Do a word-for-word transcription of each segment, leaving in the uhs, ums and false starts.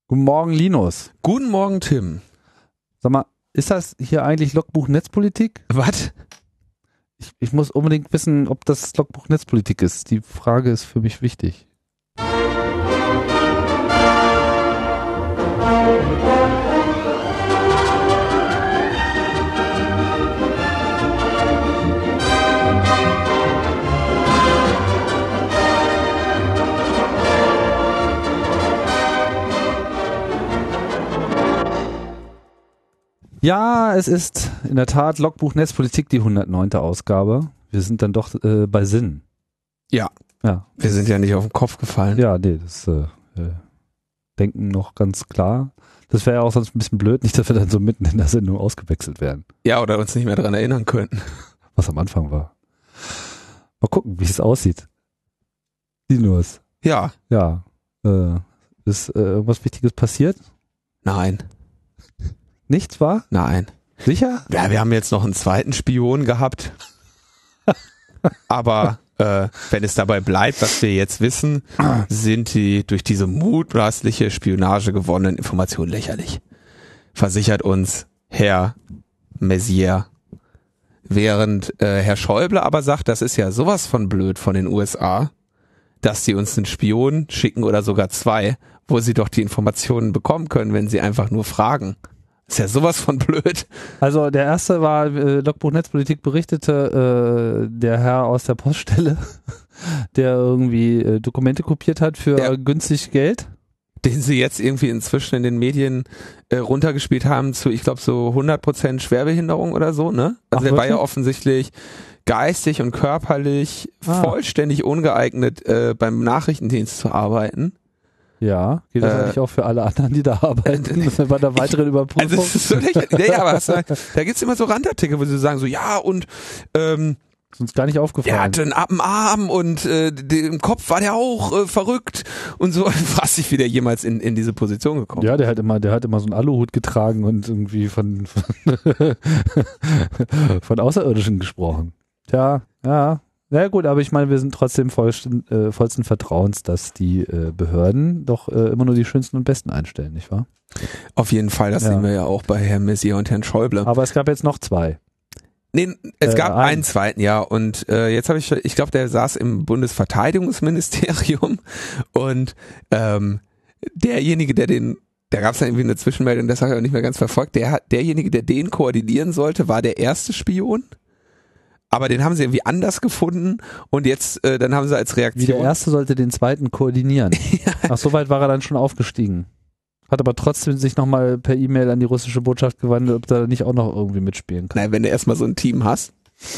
Guten Morgen, Linus. Guten Morgen, Tim. Sag mal, ist das hier eigentlich Logbuch Netzpolitik? Was? Ich, ich muss unbedingt wissen, ob das Logbuch Netzpolitik ist. Die Frage ist für mich wichtig. Ja, es ist in der Tat Logbuch Netzpolitik, die hundertneunte Ausgabe. Wir sind dann doch äh, bei Sinn. Ja. Ja. Wir sind ja nicht auf den Kopf gefallen. Ja, nee, das äh, äh, Denken noch ganz klar. Das wäre ja auch sonst ein bisschen blöd, nicht, dass wir dann so mitten in der Sendung ausgewechselt werden. Ja, oder uns nicht mehr daran erinnern könnten. Was am Anfang war. Mal gucken, wie es aussieht. Linus. Ja. Ja. Äh, ist äh, irgendwas Wichtiges passiert? Nein. Nichts war? Nein. Sicher? Ja, wir haben jetzt noch einen zweiten Spion gehabt. Aber äh, wenn es dabei bleibt, was wir jetzt wissen, sind die durch diese mutmaßliche Spionage gewonnenen Informationen lächerlich. Versichert uns Herr Maizière. Während äh, Herr Schäuble aber sagt, das ist ja sowas von blöd von den U S A, dass sie uns einen Spion schicken oder sogar zwei, wo sie doch die Informationen bekommen können, wenn sie einfach nur fragen. Ist ja sowas von blöd. Also der erste war, äh, Logbuch Netzpolitik berichtete, äh, der Herr aus der Poststelle, der irgendwie äh, Dokumente kopiert hat für ja. günstig Geld. Den sie jetzt irgendwie inzwischen in den Medien äh, runtergespielt haben zu, ich glaube, so hundert Prozent Schwerbehinderung oder so, ne? Also Ach, der war ja wirklich? offensichtlich geistig und körperlich Ah. vollständig ungeeignet, äh, beim Nachrichtendienst zu arbeiten. Ja, geht das Äh, eigentlich auch für alle anderen, die da arbeiten, bei der weiteren Überprüfung? Also das ist so lächerlich. Ja, ja, aber hast du, da gibt's immer so Randartikel, wo sie sagen so, ja und ähm, ist uns gar nicht aufgefallen. der hatte einen Appenarm und äh, im Kopf war der auch äh, verrückt und so. Frag dich, wie der jemals in, in diese Position gekommen ist. Ja, der hat immer, der hat immer so einen Aluhut getragen und irgendwie von von, von Außerirdischen gesprochen. Tja, ja. Na ja, gut, aber ich meine, wir sind trotzdem vollsten, äh, vollsten Vertrauens, dass die äh, Behörden doch äh, immer nur die schönsten und besten einstellen, nicht wahr? Auf jeden Fall, das Ja. sehen wir ja auch bei Herrn Maizière und Herrn Schäuble. Aber es gab jetzt noch zwei. Nee, es Äh, gab einen. einen zweiten, ja. Und äh, jetzt habe ich, ich glaube, der saß im Bundesverteidigungsministerium und ähm, derjenige, der den, da gab es dann irgendwie eine Zwischenmeldung, das habe ich auch nicht mehr ganz verfolgt, der hat, derjenige, der den koordinieren sollte, war der erste Spion. Aber den haben sie irgendwie anders gefunden und jetzt, äh, dann haben sie als Wie Reaktion... der erste sollte den zweiten koordinieren. ja. Ach, so weit war er dann schon aufgestiegen. Hat aber trotzdem sich nochmal per E-Mail an die russische Botschaft gewandt, ob er nicht auch noch irgendwie mitspielen kann. Nein, wenn du erstmal so ein Team hast.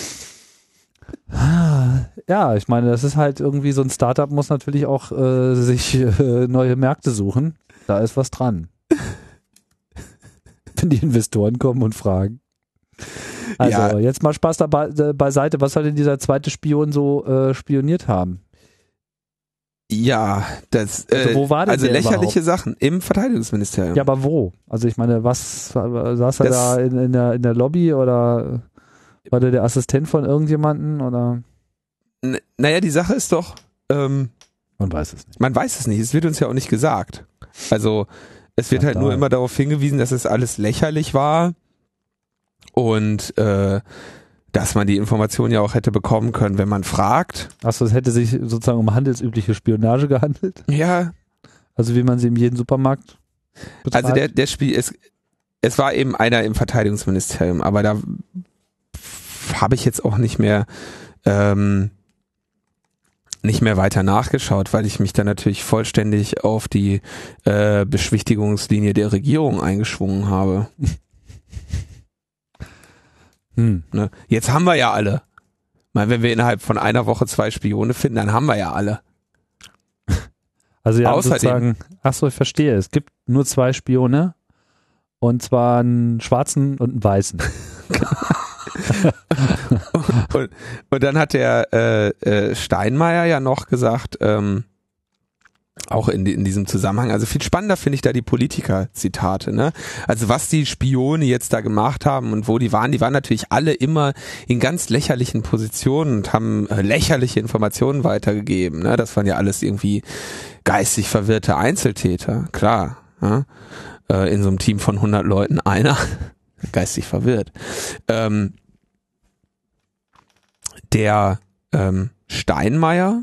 Ja, ich meine, das ist halt irgendwie so ein Startup muss natürlich auch äh, sich äh, neue Märkte suchen. Da ist was dran. Wenn die Investoren kommen und fragen. Also Ja. jetzt mal Spaß dabei, äh, beiseite. Was soll denn dieser zweite Spion so äh, spioniert haben? Ja, das, äh, Also wo war denn also der lächerliche überhaupt? Sachen im Verteidigungsministerium. Ja, aber wo? Also ich meine, was saß er Das- da in, in, der, in der Lobby oder war der der Assistent von irgendjemanden oder? N- naja, die Sache ist doch, ähm, Man weiß es nicht. man weiß es nicht, es wird uns ja auch nicht gesagt. Also es wird Ja, halt nur klar. immer darauf hingewiesen, dass es alles lächerlich war und äh, dass man die Information ja auch hätte bekommen können, wenn man fragt. Achso, es hätte sich sozusagen um handelsübliche Spionage gehandelt? Ja, Also wie man sie in jedem Supermarkt betreibt? also der, der Spiel, es, es war eben einer im Verteidigungsministerium, aber da habe ich jetzt auch nicht mehr ähm, nicht mehr weiter nachgeschaut, weil ich mich dann natürlich vollständig auf die äh, Beschwichtigungslinie der Regierung eingeschwungen habe. Hm. Ne? Jetzt haben wir ja alle. Mal, wenn wir innerhalb von einer Woche zwei Spione finden, dann haben wir ja alle. Also ja, Außerdem- sozusagen, achso, ich verstehe. Es gibt nur zwei Spione und zwar einen schwarzen und einen weißen. und, und dann hat der äh, äh, Steinmeier ja noch gesagt, ähm, auch in, in diesem Zusammenhang, also viel spannender finde ich da die Politiker-Zitate, ne? Also was die Spione jetzt da gemacht haben und wo die waren, die waren natürlich alle immer in ganz lächerlichen Positionen und haben äh, lächerliche Informationen weitergegeben, ne? Das waren ja alles irgendwie geistig verwirrte Einzeltäter, klar. Ja? Äh, in so einem Team von hundert Leuten einer, geistig verwirrt. Ähm, der ähm, Steinmeier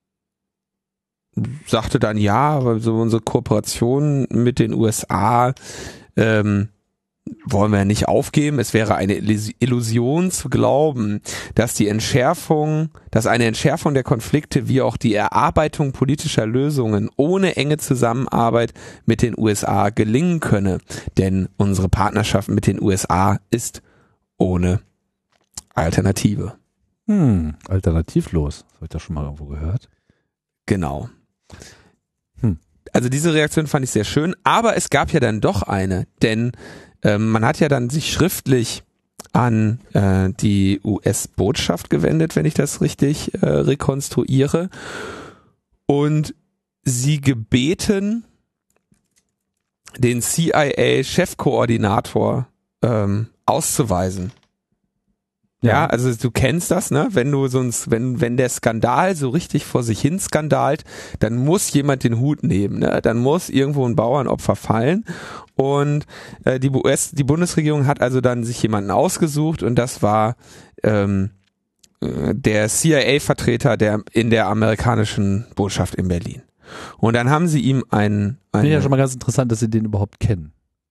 sagte dann, ja, aber so unsere Kooperation mit den U S A ähm, wollen wir nicht aufgeben. Es wäre eine Illusion zu glauben, dass die Entschärfung, dass eine Entschärfung der Konflikte wie auch die Erarbeitung politischer Lösungen ohne enge Zusammenarbeit mit den U S A gelingen könne. Denn unsere Partnerschaft mit den U S A ist ohne Alternative. Hm, alternativlos. Das habe ich das schon mal irgendwo gehört. Genau. Hm. Also diese Reaktion fand ich sehr schön, aber es gab ja dann doch eine, denn ähm, man hat ja dann sich schriftlich an äh, die U S-Botschaft gewendet, wenn ich das richtig äh, rekonstruiere, und sie gebeten, den C I A-Chefkoordinator ähm, auszuweisen. Ja, Ja. also du kennst das, ne? Wenn du sonst, wenn wenn der Skandal so richtig vor sich hin skandalt, dann muss jemand den Hut nehmen, ne? Dann muss irgendwo ein Bauernopfer fallen. Und äh, die U S, die Bundesregierung hat also dann sich jemanden ausgesucht, und das war ähm, äh, der C I A-Vertreter der in der amerikanischen Botschaft in Berlin. Und dann haben sie ihm einen, einen Finde ich ja schon mal ganz interessant, dass sie den überhaupt kennen.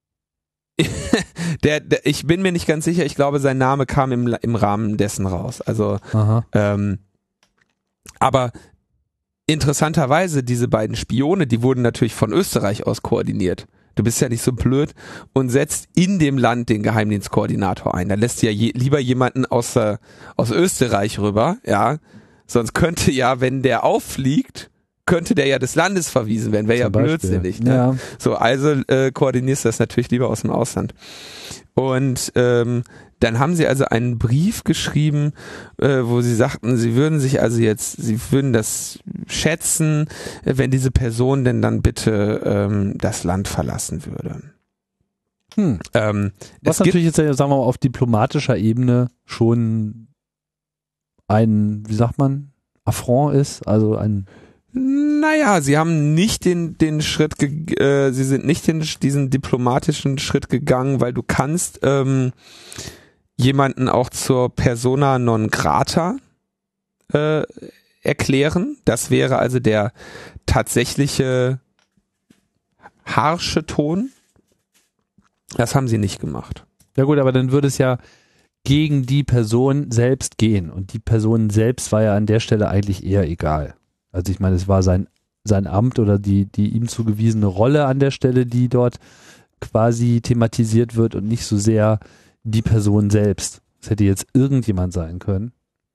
der, der, ich bin mir nicht ganz sicher, ich glaube, sein Name kam im, im Rahmen dessen raus. Also, Aha. ähm, aber interessanterweise, diese beiden Spione, die wurden natürlich von Österreich aus koordiniert. Du bist ja nicht so blöd und setzt in dem Land den Geheimdienstkoordinator ein. Da lässt du ja je, lieber jemanden aus, äh, aus Österreich rüber, ja. Sonst könnte ja, wenn der auffliegt, könnte der ja des Landes verwiesen werden, wäre ja blödsinnig. Ne? Ja. So, also äh, koordinierst du das natürlich lieber aus dem Ausland. Und ähm, dann haben sie also einen Brief geschrieben, äh, wo sie sagten, sie würden sich also jetzt, sie würden das schätzen, äh, wenn diese Person denn dann bitte ähm, das Land verlassen würde. Hm. Ähm, Was es natürlich jetzt, sagen wir mal, auf diplomatischer Ebene schon ein, wie sagt man, Affront ist, also ein Naja, sie haben nicht den den Schritt, ge äh, sie sind nicht den diesen diplomatischen Schritt gegangen, weil du kannst ähm, jemanden auch zur Persona non grata äh, erklären. Das wäre also der tatsächliche harsche Ton. Das haben sie nicht gemacht. Ja gut, aber dann würde es ja gegen die Person selbst gehen, und die Person selbst war ja an der Stelle eigentlich eher egal. Also ich meine, es war sein, sein Amt oder die, die ihm zugewiesene Rolle an der Stelle, die dort quasi thematisiert wird, und nicht so sehr die Person selbst. Es hätte jetzt irgendjemand sein können.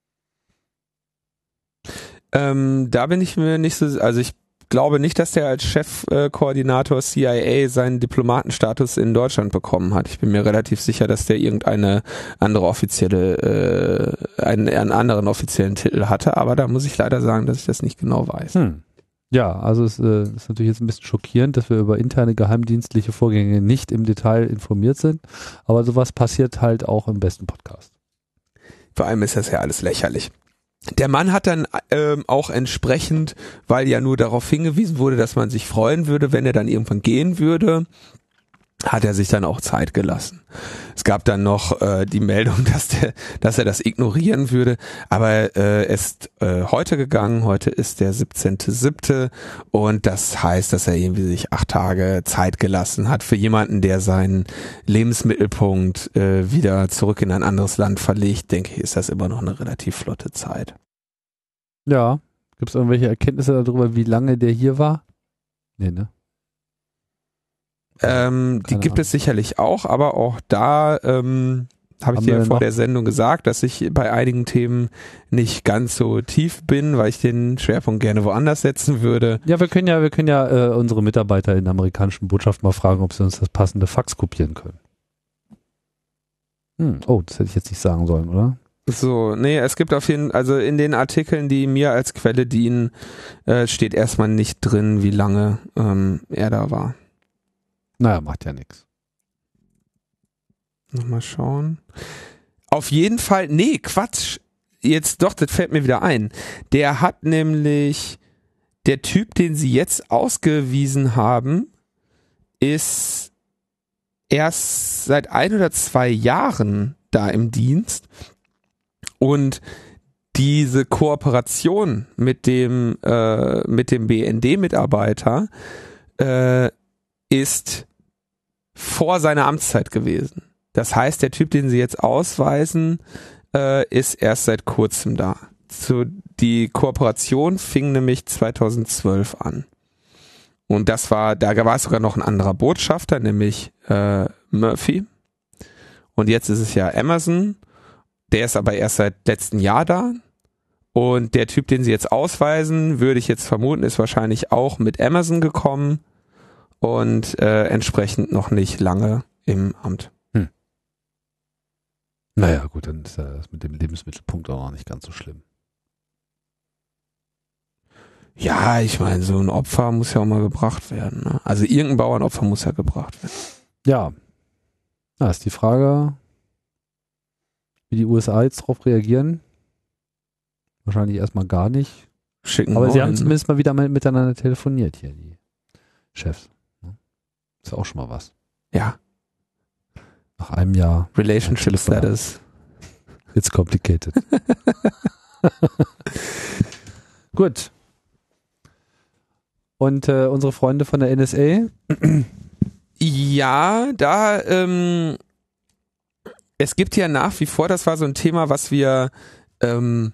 Ähm, da bin ich mir nicht so, also ich glaube nicht, dass der als Chefkoordinator äh, C I A seinen Diplomatenstatus in Deutschland bekommen hat. Ich bin mir relativ sicher, dass der irgendeine andere offizielle, äh, einen, einen anderen offiziellen Titel hatte, aber da muss ich leider sagen, dass ich das nicht genau weiß. Hm. Ja, also es äh, ist natürlich jetzt ein bisschen schockierend, dass wir über interne geheimdienstliche Vorgänge nicht im Detail informiert sind, aber sowas passiert halt auch im besten Podcast. Vor allem ist das ja alles lächerlich. Der Mann hat dann ähm, auch entsprechend, weil ja nur darauf hingewiesen wurde, dass man sich freuen würde, wenn er dann irgendwann gehen würde, hat er sich dann auch Zeit gelassen. Es gab dann noch äh, die Meldung, dass der, dass er das ignorieren würde, aber äh, er ist äh, heute gegangen, heute ist der siebzehnte siebte und das heißt, dass er irgendwie sich acht Tage Zeit gelassen hat für jemanden, der seinen Lebensmittelpunkt äh, wieder zurück in ein anderes Land verlegt. Denke ich, ist das immer noch eine relativ flotte Zeit. Ja, gibt es irgendwelche Erkenntnisse darüber, wie lange der hier war? Nee, ne? Ähm, die Keine gibt Ahnung. es sicherlich auch, aber auch da ähm, habe ich Haben dir wir vor noch- der Sendung gesagt, dass ich bei einigen Themen nicht ganz so tief bin, weil ich den Schwerpunkt gerne woanders setzen würde. Ja, wir können ja, wir können ja äh, unsere Mitarbeiter in der amerikanischen Botschaft mal fragen, ob sie uns das passende Fax kopieren können. Hm. Oh, das hätte ich jetzt nicht sagen sollen, oder? So, nee, es gibt auf jeden Fall, also in den Artikeln, die mir als Quelle dienen, äh, steht erstmal nicht drin, wie lange ähm, er da war. Naja, macht ja nichts. Nochmal schauen. Auf jeden Fall, nee, Quatsch. Jetzt doch, das fällt mir wieder ein. Der hat nämlich, der Typ, den sie jetzt ausgewiesen haben, ist erst seit ein oder zwei Jahren da im Dienst und diese Kooperation mit dem äh, mit dem B N D-Mitarbeiter äh, ist vor seiner Amtszeit gewesen. Das heißt, der Typ, den sie jetzt ausweisen, äh, ist erst seit kurzem da. So, die Kooperation fing nämlich zweitausendzwölf an. Und das war, da war es sogar noch ein anderer Botschafter, nämlich äh, Murphy. Und jetzt ist es ja Amazon. Der ist aber erst seit letztem Jahr da. Und der Typ, den sie jetzt ausweisen, würde ich jetzt vermuten, ist wahrscheinlich auch mit Amazon gekommen und äh, entsprechend noch nicht lange im Amt. Hm. Naja, gut, dann ist ja das mit dem Lebensmittelpunkt auch noch nicht ganz so schlimm. Ja, ich meine, so ein Opfer muss ja auch mal gebracht werden. Ne? Also irgendein Bauernopfer muss ja gebracht werden. Ja. Da ist die Frage, wie die U S A jetzt drauf reagieren. Wahrscheinlich erstmal gar nicht. Schicken Aber sie haben wollen. zumindest mal wieder mal miteinander telefoniert hier, die Chefs. Ist auch schon mal was. Ja. Nach einem Jahr. Relationship Ja, Status. It's complicated. Gut. Und äh, unsere Freunde von der N S A? Ja, da ähm, es gibt ja nach wie vor, das war so ein Thema, was wir ähm,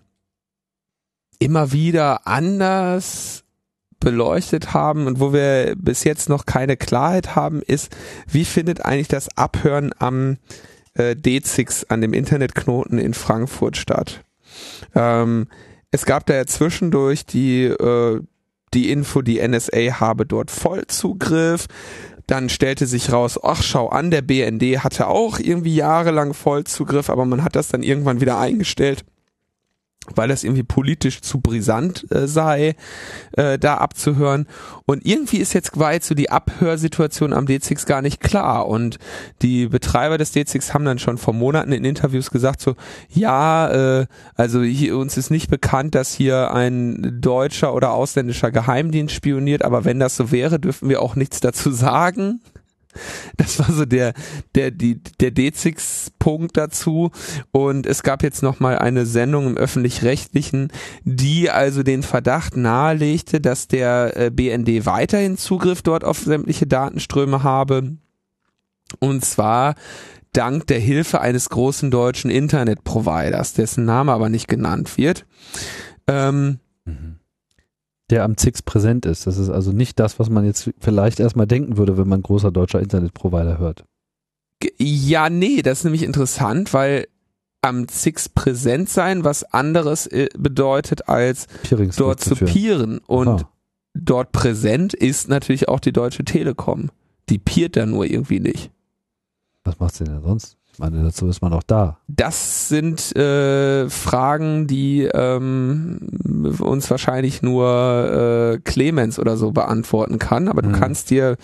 immer wieder anders beleuchtet haben und wo wir bis jetzt noch keine Klarheit haben, ist, wie findet eigentlich das Abhören am äh, D sechs, an dem Internetknoten in Frankfurt statt? Ähm, es gab da ja zwischendurch die, äh, die Info, die N S A habe dort Vollzugriff. Dann stellte sich raus, ach schau an, der B N D hatte auch irgendwie jahrelang Vollzugriff, aber man hat das dann irgendwann wieder eingestellt, weil das irgendwie politisch zu brisant äh, sei, äh, da abzuhören. Und irgendwie ist jetzt weit so die Abhörsituation am D sechs gar nicht klar. Und die Betreiber des D sechs haben dann schon vor Monaten in Interviews gesagt so, ja, äh, also hier, uns ist nicht bekannt, dass hier ein deutscher oder ausländischer Geheimdienst spioniert, aber wenn das so wäre, dürfen wir auch nichts dazu sagen. Das war so der der die der D sechs-Punkt dazu. Und es gab jetzt noch mal eine Sendung im Öffentlich-Rechtlichen, die also den Verdacht nahelegte, dass der äh, B N D weiterhin Zugriff dort auf sämtliche Datenströme habe. Und zwar dank der Hilfe eines großen deutschen Internetproviders, dessen Name aber nicht genannt wird. Ähm, mhm. Der am Z I X präsent ist. Das ist also nicht das, was man jetzt vielleicht erstmal denken würde, wenn man großer deutscher Internetprovider hört. Ja, nee, das ist nämlich interessant, weil am Z I X präsent sein was anderes bedeutet, als dort zu peeren. Und Aha. dort präsent ist natürlich auch die Deutsche Telekom. Die peert da nur irgendwie nicht. Was macht sie denn sonst? Ich meine, dazu ist man auch da. Das sind äh, Fragen, die ähm, uns wahrscheinlich nur äh, Clemens oder so beantworten kann. Aber mhm. du kannst dir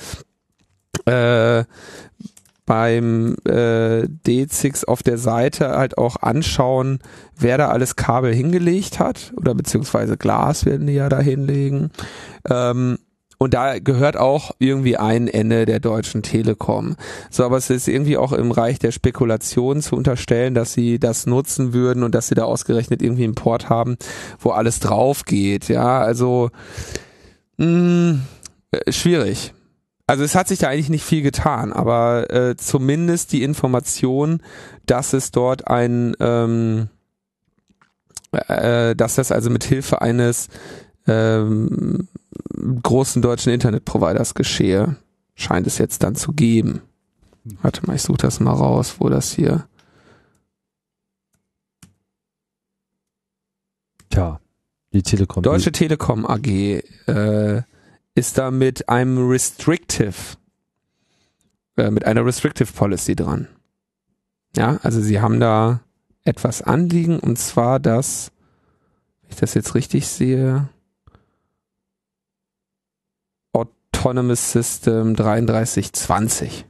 äh, beim äh, D sechs auf der Seite halt auch anschauen, wer da alles Kabel hingelegt hat. Oder beziehungsweise Glas werden die ja da hinlegen. Ähm, Und da gehört auch irgendwie ein Ende der Deutschen Telekom. So, aber es ist irgendwie auch im Bereich der Spekulation zu unterstellen, dass sie das nutzen würden und dass sie da ausgerechnet irgendwie einen Port haben, wo alles drauf geht. Ja, also mh, schwierig. Also es hat sich da eigentlich nicht viel getan, aber äh, zumindest die Information, dass es dort ein, ähm, äh, dass das also mit Hilfe eines ähm, großen deutschen Internetproviders geschehe, scheint es jetzt dann zu geben. Warte mal, ich suche das mal raus, wo das hier... Tja, die Telekom. Deutsche Telekom A G äh, ist da mit einem Restrictive, äh, mit einer Restrictive Policy dran. Ja, also sie haben da etwas anliegen, und zwar das, wenn ich das jetzt richtig sehe... Autonomous System dreiunddreißig zwanzig.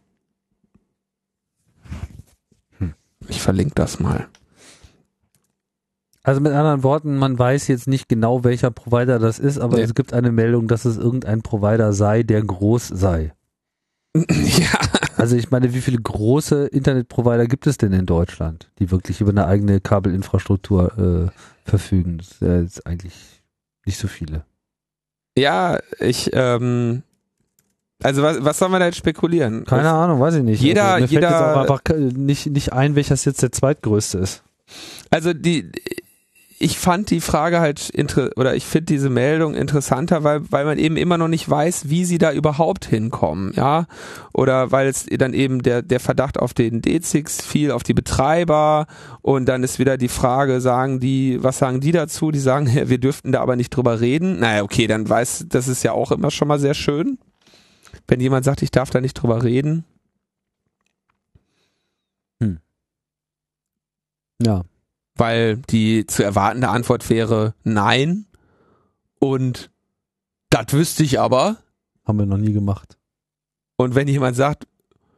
Hm. Ich verlinke das mal. Also mit anderen Worten, man weiß jetzt nicht genau, welcher Provider das ist, aber nee. es gibt eine Meldung, dass es irgendein Provider sei, der groß sei. Ja. Also ich meine, wie viele große Internetprovider gibt es denn in Deutschland, die wirklich über eine eigene Kabelinfrastruktur äh, verfügen? Das ist ja jetzt eigentlich nicht so viele. Ja, ich, ähm, also was, was soll man da jetzt spekulieren? Keine das, Ahnung, weiß ich nicht. Jeder, also mir jeder, fällt jetzt auch einfach nicht, nicht ein, welches jetzt der zweitgrößte ist. Also die, ich fand die Frage halt inter oder ich finde diese Meldung interessanter, weil weil man eben immer noch nicht weiß, wie sie da überhaupt hinkommen, ja, oder weil es dann eben der der Verdacht auf den D sechs fiel, auf die Betreiber, und dann ist wieder die Frage, sagen die, was sagen die dazu? Die sagen, ja, wir dürften da aber nicht drüber reden. Naja, okay, dann weiß, das ist ja auch immer schon mal sehr schön, wenn jemand sagt, ich darf da nicht drüber reden. Hm. Ja. Weil die zu erwartende Antwort wäre nein, und das wüsste ich aber. Haben wir noch nie gemacht. Und wenn jemand sagt,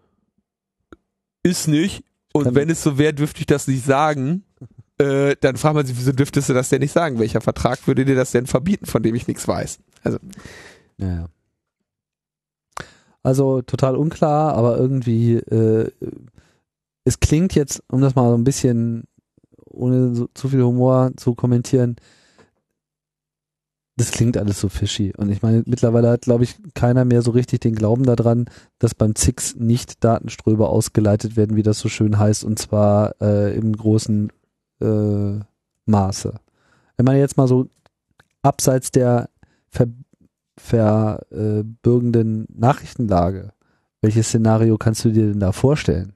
ist nicht, und Kann wenn es so wäre, dürfte ich das nicht sagen, äh, dann fragt man sich, wieso dürftest du das denn nicht sagen? Welcher Vertrag würde dir das denn verbieten, von dem ich nichts weiß? Also, ja, ja. Also total unklar, aber irgendwie, äh, es klingt jetzt, um das mal so ein bisschen ohne so, zu viel Humor zu kommentieren, das klingt alles so fishy. Und ich meine, mittlerweile hat, glaube ich, keiner mehr so richtig den Glauben daran, dass beim Z I X nicht Datenströme ausgeleitet werden, wie das so schön heißt, und zwar äh, im großen äh, Maße. Wenn man jetzt mal so abseits der ver, verbürgenden Nachrichtenlage, welches Szenario kannst du dir denn da vorstellen?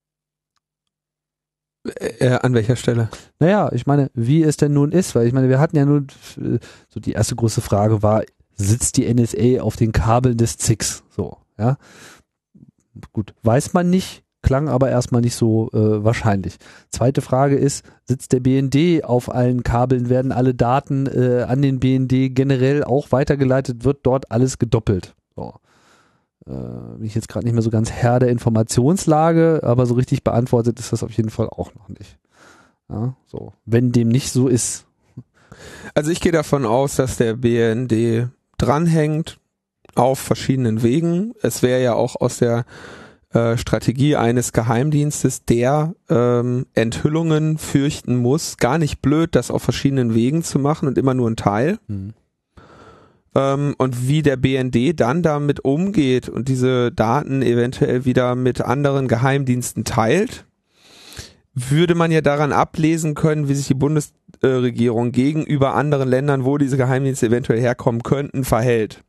Äh, an welcher Stelle? Naja, ich meine, wie es denn nun ist, weil ich meine, wir hatten ja nun, so die erste große Frage war, sitzt die N S A auf den Kabeln des Z I X? So, ja. Gut, weiß man nicht, klang aber erstmal nicht so äh, wahrscheinlich. Zweite Frage ist, sitzt der B N D auf allen Kabeln, werden alle Daten äh, an den B N D generell auch weitergeleitet, wird dort alles gedoppelt? So. Bin ich jetzt gerade nicht mehr so ganz Herr der Informationslage, aber so richtig beantwortet ist das auf jeden Fall auch noch nicht. Ja, so. Wenn dem nicht so ist. Also ich gehe davon aus, dass der B N D dranhängt auf verschiedenen Wegen. Es wäre ja auch aus der äh, Strategie eines Geheimdienstes, der ähm, Enthüllungen fürchten muss, gar nicht blöd, das auf verschiedenen Wegen zu machen und immer nur ein Teil. Hm. Ähm, und wie der B N D dann damit umgeht und diese Daten eventuell wieder mit anderen Geheimdiensten teilt, würde man ja daran ablesen können, wie sich die Bundesregierung gegenüber anderen Ländern, wo diese Geheimdienste eventuell herkommen könnten, verhält.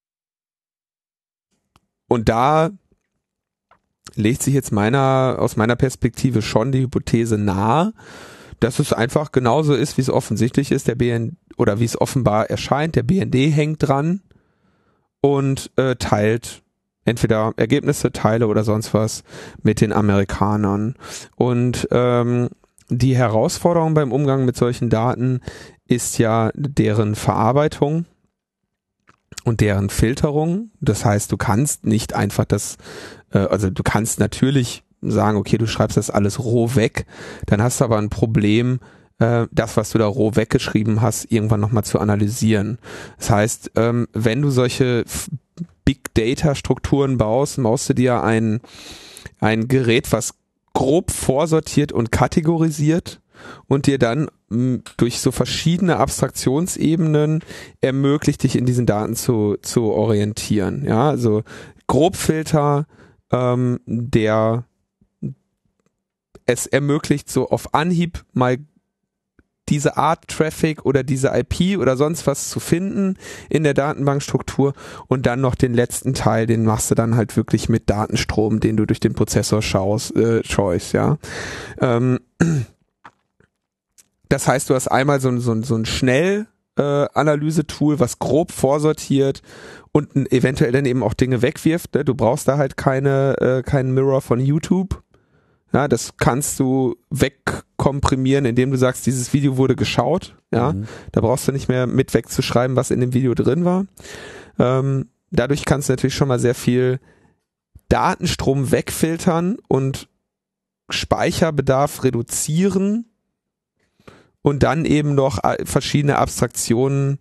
Und da legt sich jetzt meiner, aus meiner Perspektive schon die Hypothese nahe, dass es einfach genauso ist, wie es offensichtlich ist, der B N D oder wie es offenbar erscheint, der B N D hängt dran und äh, teilt entweder Ergebnisse, Teile oder sonst was mit den Amerikanern. Und ähm, die Herausforderung beim Umgang mit solchen Daten ist ja deren Verarbeitung und deren Filterung. Das heißt, du kannst nicht einfach das, äh, also du kannst natürlich sagen, okay, du schreibst das alles roh weg, dann hast du aber ein Problem, äh, das, was du da roh weggeschrieben hast, irgendwann nochmal zu analysieren. Das heißt, ähm, wenn du solche Big Data Strukturen baust, baust du dir ein, ein Gerät, was grob vorsortiert und kategorisiert und dir dann mh, durch so verschiedene Abstraktionsebenen ermöglicht, dich in diesen Daten zu, zu orientieren. Ja, also Grobfilter, ähm, der es ermöglicht, so auf Anhieb mal diese Art Traffic oder diese I P oder sonst was zu finden in der Datenbankstruktur, und dann noch den letzten Teil, den machst du dann halt wirklich mit Datenstrom, den du durch den Prozessor schaust, äh, Choice, ja. Ähm, das heißt, du hast einmal so ein, so ein, so ein Schnell äh, Analyse-Tool, was grob vorsortiert und eventuell dann eben auch Dinge wegwirft, ne? Du brauchst da halt keine äh, keinen Mirror von YouTube. Ja, das kannst du wegkomprimieren, indem du sagst, dieses Video wurde geschaut. Ja, mhm. Da brauchst du nicht mehr mit wegzuschreiben, was in dem Video drin war. Ähm, dadurch kannst du natürlich schon mal sehr viel Datenstrom wegfiltern und Speicherbedarf reduzieren und dann eben noch verschiedene Abstraktionen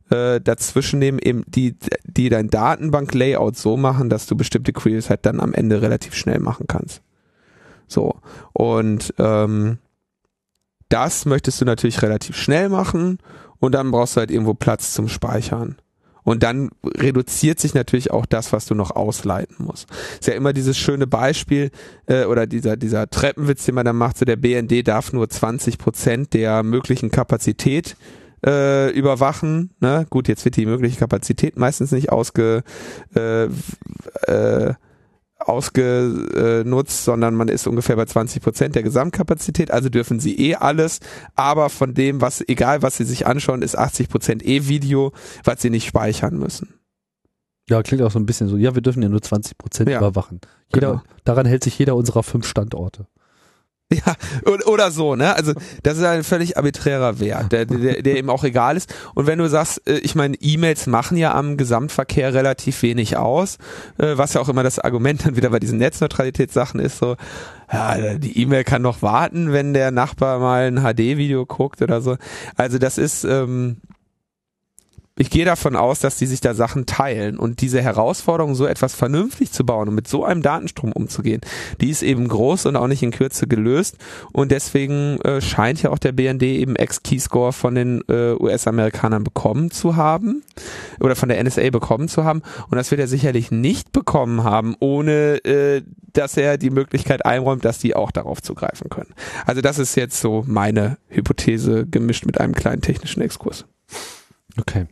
äh, dazwischen nehmen, eben die, die dein Datenbank-Layout so machen, dass du bestimmte Queries halt dann am Ende relativ schnell machen kannst. So. Und ähm, das möchtest du natürlich relativ schnell machen und dann brauchst du halt irgendwo Platz zum Speichern. Und dann reduziert sich natürlich auch das, was du noch ausleiten musst. Ist ja immer dieses schöne Beispiel äh, oder dieser dieser Treppenwitz, den man dann macht, so der B N D darf nur zwanzig Prozent der möglichen Kapazität äh, überwachen. Ne? Gut, jetzt wird die mögliche Kapazität meistens nicht ausge äh, äh, ausgenutzt, sondern man ist ungefähr bei zwanzig Prozent der Gesamtkapazität, also dürfen sie eh alles, aber von dem, was, egal was sie sich anschauen, ist achtzig Prozent eh Video, was sie nicht speichern müssen. Ja, klingt auch so ein bisschen so, ja, wir dürfen ja nur zwanzig Prozent ja, überwachen. Jeder, genau. Daran hält sich jeder unserer fünf Standorte. Ja, oder so, ne? Also das ist ein völlig arbiträrer Wert, der, der, der eben auch egal ist. Und wenn du sagst, ich meine, E-Mails machen ja am Gesamtverkehr relativ wenig aus, was ja auch immer das Argument dann wieder bei diesen Netzneutralitätssachen ist, so, ja, die E-Mail kann noch warten, wenn der Nachbar mal ein H D-Video guckt oder so. Also das ist, ähm, ich gehe davon aus, dass die sich da Sachen teilen und diese Herausforderung, so etwas vernünftig zu bauen und mit so einem Datenstrom umzugehen, die ist eben groß und auch nicht in Kürze gelöst und deswegen äh, scheint ja auch der B N D eben X-Keyscore von den äh, U S-Amerikanern bekommen zu haben oder von der N S A bekommen zu haben und das wird er sicherlich nicht bekommen haben, ohne äh, dass er die Möglichkeit einräumt, dass die auch darauf zugreifen können. Also das ist jetzt so meine Hypothese, gemischt mit einem kleinen technischen Exkurs. Okay.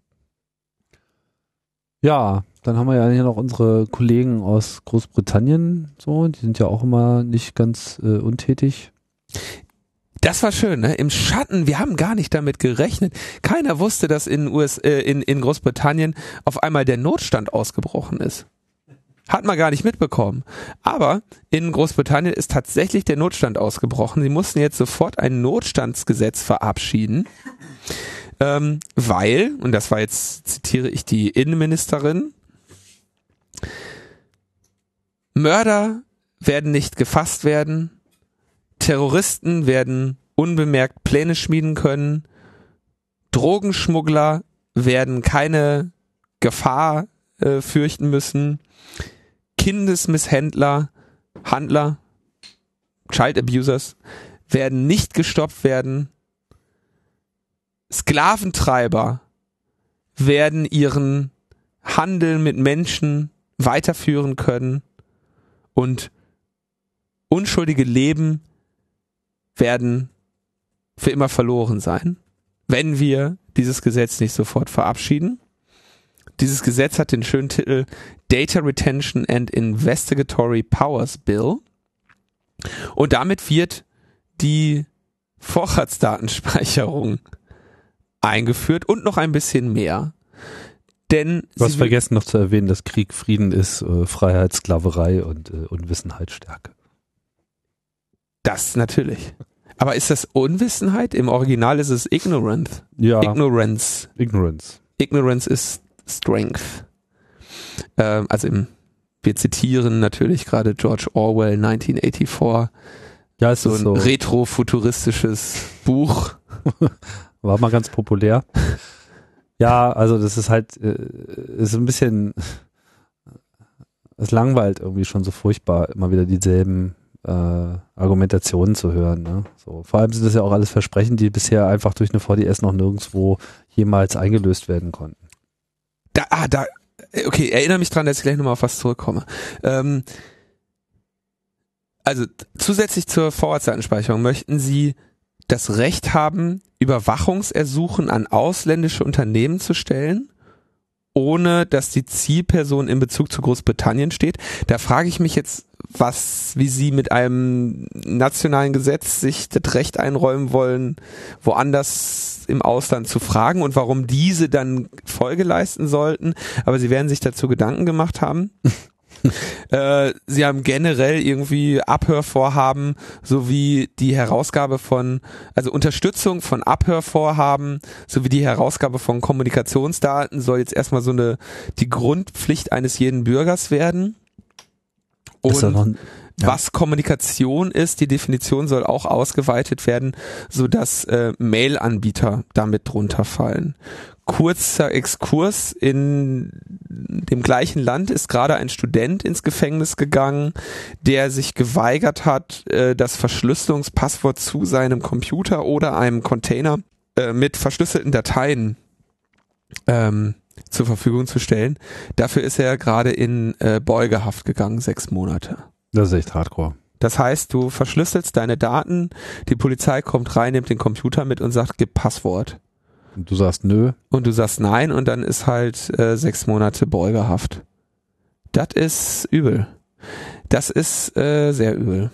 Ja, dann haben wir ja hier noch unsere Kollegen aus Großbritannien, so, die sind ja auch immer nicht ganz äh, untätig. Das war schön, ne? Im Schatten, wir haben gar nicht damit gerechnet. Keiner wusste, dass in, U S, äh, in, in Großbritannien auf einmal der Notstand ausgebrochen ist. Hat man gar nicht mitbekommen. Aber in Großbritannien ist tatsächlich der Notstand ausgebrochen. Sie mussten jetzt sofort ein Notstandsgesetz verabschieden. Ähm, weil, und das war jetzt, zitiere ich die Innenministerin, Mörder werden nicht gefasst werden, Terroristen werden unbemerkt Pläne schmieden können, Drogenschmuggler werden keine Gefahr äh, fürchten müssen, Kindesmisshändler, Handler, Child Abusers werden nicht gestoppt werden, Sklaventreiber werden ihren Handel mit Menschen weiterführen können und unschuldige Leben werden für immer verloren sein, wenn wir dieses Gesetz nicht sofort verabschieden. Dieses Gesetz hat den schönen Titel Data Retention and Investigatory Powers Bill und damit wird die Vorratsdatenspeicherung eingeführt und noch ein bisschen mehr. Denn du hast vergessen noch zu erwähnen, dass Krieg Frieden ist, äh, Freiheit, Sklaverei und äh, Unwissenheit Stärke. Das natürlich. Aber ist das Unwissenheit? Im Original ist es Ignorance. Ja. Ignorance. Ignorance. Ignorance ist Strength. Ähm, also im, wir zitieren natürlich gerade George Orwell neunzehnhundertvierundachtzig. Ja, ist so ein so retrofuturistisches Buch. War mal ganz populär. Ja, also das ist halt, äh, ist ein bisschen, es langweilt irgendwie schon so furchtbar, immer wieder dieselben äh, Argumentationen zu hören. Ne? So, vor allem sind das ja auch alles Versprechen, die bisher einfach durch eine V D S noch nirgendwo jemals eingelöst werden konnten. Da, ah, da, okay, erinnere mich dran, dass ich gleich nochmal auf was zurückkomme. Ähm, also zusätzlich zur Vorratsdatenspeicherung möchten Sie das Recht haben, Überwachungsersuchen an ausländische Unternehmen zu stellen, ohne dass die Zielperson in Bezug zu Großbritannien steht. Da frage ich mich jetzt, was, wie Sie mit einem nationalen Gesetz sich das Recht einräumen wollen, woanders im Ausland zu fragen und warum diese dann Folge leisten sollten. Aber Sie werden sich dazu Gedanken gemacht haben. äh, sie haben generell irgendwie Abhörvorhaben sowie die Herausgabe von, also Unterstützung von Abhörvorhaben sowie die Herausgabe von Kommunikationsdaten soll jetzt erstmal so eine, die Grundpflicht eines jeden Bürgers werden. Und ein, ja. was Kommunikation ist, die Definition soll auch ausgeweitet werden, sodass äh, Mail-Anbieter damit drunter fallen. kurzer Exkurs: In dem gleichen Land ist gerade ein Student ins Gefängnis gegangen, der sich geweigert hat, das Verschlüsselungspasswort zu seinem Computer oder einem Container mit verschlüsselten Dateien ähm, zur Verfügung zu stellen. Dafür ist er gerade in äh, Beugehaft gegangen, sechs Monate. Das ist echt hardcore. Das heißt, du verschlüsselst deine Daten, die Polizei kommt rein, nimmt den Computer mit und sagt, gib Passwort. Und du sagst nö. Und du sagst nein und dann ist halt äh, sechs Monate Beugehaft. Das ist übel. Das ist äh, sehr übel.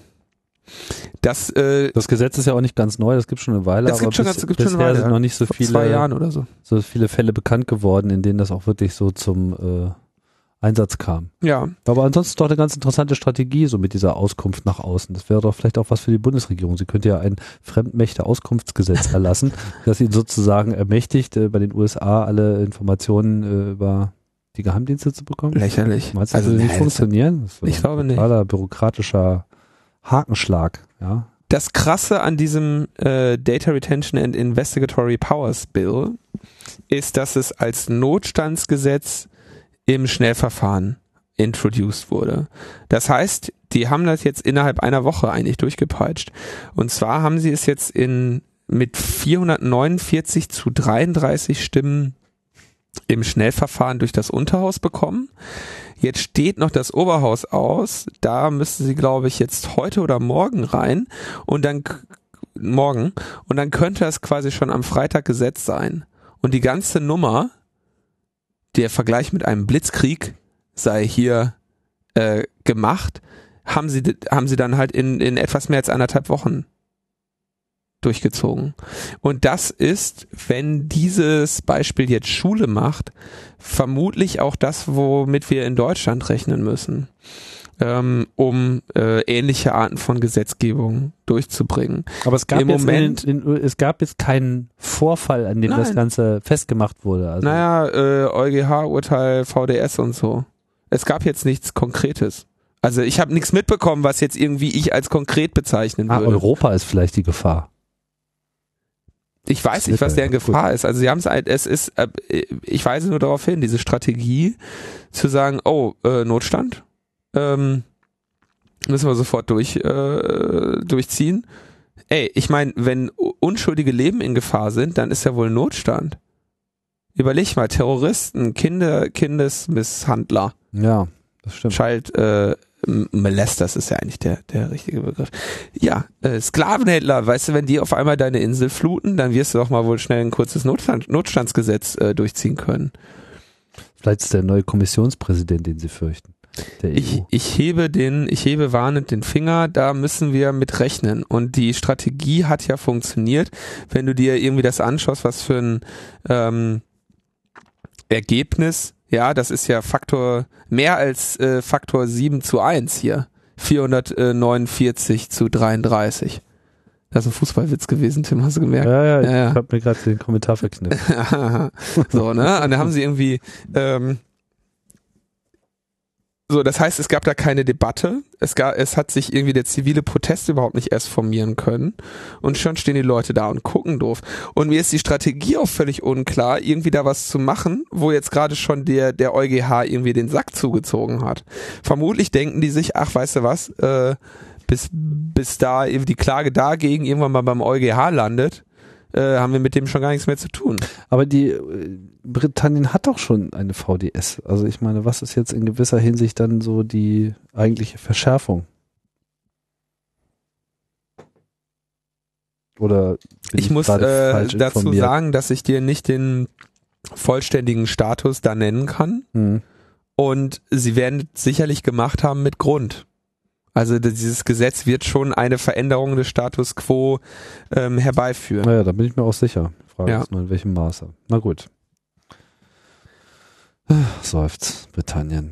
Das, äh, das Gesetz ist ja auch nicht ganz neu, das gibt schon eine Weile, das gibt aber schon, bis, das gibt bisher schon eine Weile, sind noch nicht so viele, zwei Jahren oder so. so viele Fälle bekannt geworden, in denen das auch wirklich so zum äh, Einsatz kam. Ja. Aber ansonsten doch eine ganz interessante Strategie, so mit dieser Auskunft nach außen. Das wäre doch vielleicht auch was für die Bundesregierung. Sie könnte ja ein Fremdmächte-Auskunftsgesetz erlassen, das ihn sozusagen ermächtigt, äh, bei den U S A alle Informationen äh, über die Geheimdienste zu bekommen. Lächerlich. Meinst du, das würde nicht nee, funktionieren? Das ich glaube nicht. Ein totaler bürokratischer Hakenschlag, ja. Das Krasse an diesem äh, Data Retention and Investigatory Powers Bill ist, dass es als Notstandsgesetz im Schnellverfahren introduced wurde. Das heißt, die haben das jetzt innerhalb einer Woche eigentlich durchgepeitscht. Und zwar haben sie es jetzt in mit vierhundertneunundvierzig zu dreiunddreißig Stimmen im Schnellverfahren durch das Unterhaus bekommen. Jetzt steht noch das Oberhaus aus. Da müssen sie, glaube ich, jetzt heute oder morgen rein und dann morgen und dann könnte das quasi schon am Freitag gesetzt sein. Und die ganze Nummer, der Vergleich mit einem Blitzkrieg sei hier äh, gemacht, haben sie haben sie dann halt in in etwas mehr als anderthalb Wochen durchgezogen. Und das ist, wenn dieses Beispiel jetzt Schule macht, vermutlich auch das, womit wir in Deutschland rechnen müssen, ähm, um äh, ähnliche Arten von Gesetzgebung durchzubringen. Aber es gab, Im jetzt Moment, in, in, es gab jetzt keinen Vorfall, an dem Nein. das Ganze festgemacht wurde. Also naja, äh, EuGH-Urteil, V D S und so. Es gab jetzt nichts Konkretes. Also ich habe nichts mitbekommen, was jetzt irgendwie ich als konkret bezeichnen ah, würde. Europa ist vielleicht die Gefahr. Ich weiß nicht, was deren Gefahr ist. Also sie haben es halt, es ist, äh, ich weise nur darauf hin, diese Strategie zu sagen, oh, äh, Notstand, ähm, müssen wir sofort durch, äh, durchziehen. Ey, ich meine, wenn unschuldige Leben in Gefahr sind, dann ist ja wohl Notstand. Überleg mal, Terroristen, Kinder, Kindesmisshandler. Ja, das stimmt. Child äh, Molesters ist ja eigentlich der der richtige Begriff. Ja, äh, Sklavenhändler, weißt du, wenn die auf einmal deine Insel fluten, dann wirst du doch mal wohl schnell ein kurzes Notstand, Notstandsgesetz äh, durchziehen können. Vielleicht ist der neue Kommissionspräsident, den sie fürchten. Der Ich, E U. ich hebe den, ich hebe warnend den Finger, da müssen wir mit rechnen. Und die Strategie hat ja funktioniert, wenn du dir irgendwie das anschaust, was für ein ähm, Ergebnis. Ja, das ist ja Faktor, mehr als äh, Faktor sieben zu eins hier. vierhundertneunundvierzig zu dreiunddreißig. Das ist ein Fußballwitz gewesen, Tim, hast du gemerkt? Ja, ja, ich ja, ja. habe mir gerade den Kommentar verknippt. So, ne? Und da haben sie irgendwie, ähm, so, das heißt, es gab da keine Debatte. Es gab, es hat sich irgendwie der zivile Protest überhaupt nicht erst formieren können. Und schon stehen die Leute da und gucken doof. Und mir ist die Strategie auch völlig unklar, irgendwie da was zu machen, wo jetzt gerade schon der, der EuGH irgendwie den Sack zugezogen hat. Vermutlich denken die sich, ach, weißt du was, äh, bis, bis da eben die Klage dagegen irgendwann mal beim EuGH landet, äh, haben wir mit dem schon gar nichts mehr zu tun. Aber die äh, Britannien hat doch schon eine V D S. Also ich meine, was ist jetzt in gewisser Hinsicht dann so die eigentliche Verschärfung? Oder bin Ich ich muss gerade äh, falsch dazu informiert? sagen, dass ich dir nicht den vollständigen Status da nennen kann. Hm. Und sie werden sicherlich gemacht haben mit Grund. Also dieses Gesetz wird schon eine Veränderung des Status quo ähm, herbeiführen. Naja, da bin ich mir auch sicher. Frage Ja. ist nur, in welchem Maße. Na gut. Seufzt, Britannien.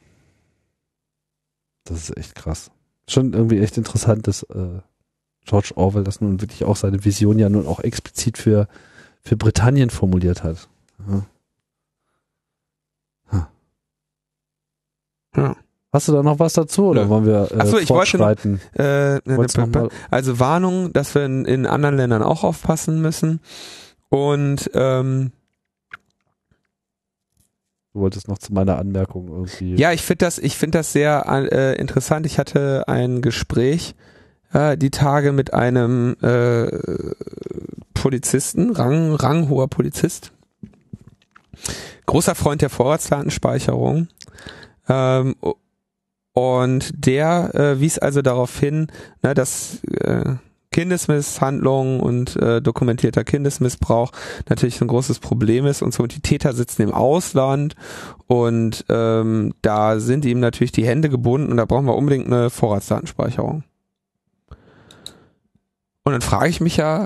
Das ist echt krass. Schon irgendwie echt interessant, dass äh, George Orwell das nun wirklich auch seine Vision ja nun auch explizit für, für Britannien formuliert hat. Ja. Huh. Ja. Hast du da noch was dazu oder Nö. wollen wir äh, Ach so, ich wollte noch- fortschreiten? Äh, Wolltest du noch mal- also Warnung, dass wir in, in anderen Ländern auch aufpassen müssen. Und ähm, Du wolltest noch zu meiner Anmerkung irgendwie. Ja, ich finde das, ich finde das sehr äh, interessant. Ich hatte ein Gespräch äh, die Tage mit einem äh, Polizisten, Rang, ranghoher Polizist. Großer Freund der Vorratsdatenspeicherung. Ähm, und der äh, wies also darauf hin, ne, dass äh, Kindesmisshandlung und äh, dokumentierter Kindesmissbrauch natürlich ein großes Problem ist und so. Und die Täter sitzen im Ausland und ähm, da sind ihm natürlich die Hände gebunden und da brauchen wir unbedingt eine Vorratsdatenspeicherung. Und dann frage ich mich ja,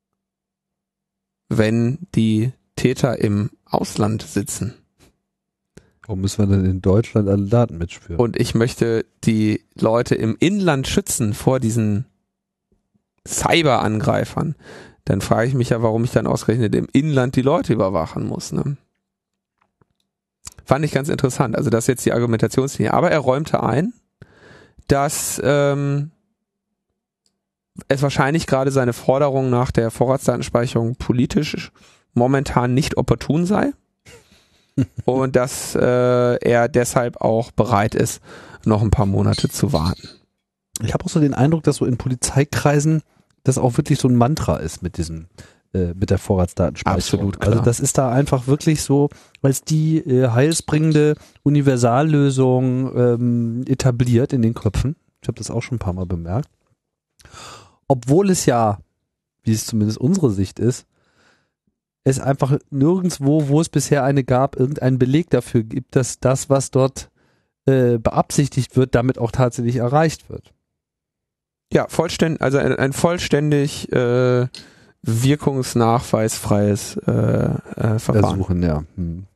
wenn die Täter im Ausland sitzen. Warum müssen wir denn in Deutschland alle Daten mitspüren? Und ich möchte die Leute im Inland schützen vor diesen Cyberangreifern. Dann frage ich mich ja, warum ich dann ausgerechnet im Inland die Leute überwachen muss. Ne? Fand ich ganz interessant. Also das ist jetzt die Argumentationslinie. Aber er räumte ein, dass ähm, es wahrscheinlich gerade seine Forderung nach der Vorratsdatenspeicherung politisch momentan nicht opportun sei. Und dass äh, er deshalb auch bereit ist, noch ein paar Monate zu warten. Ich habe auch so den Eindruck, dass so in Polizeikreisen das auch wirklich so ein Mantra ist mit diesem, äh, mit der Vorratsdatenspeicherung. Absolut, klar. Also das ist da einfach wirklich so, als die äh, heilsbringende Universallösung ähm, etabliert in den Köpfen. Ich habe das auch schon ein paar Mal bemerkt. Obwohl es ja, wie es zumindest unsere Sicht ist, es einfach nirgendwo, wo es bisher eine gab, irgendeinen Beleg dafür gibt, dass das, was dort äh, beabsichtigt wird, damit auch tatsächlich erreicht wird. Ja, vollständig, also ein, ein vollständig äh, wirkungsnachweisfreies äh, äh, Verfahren. Ersuchen, ja. Hm.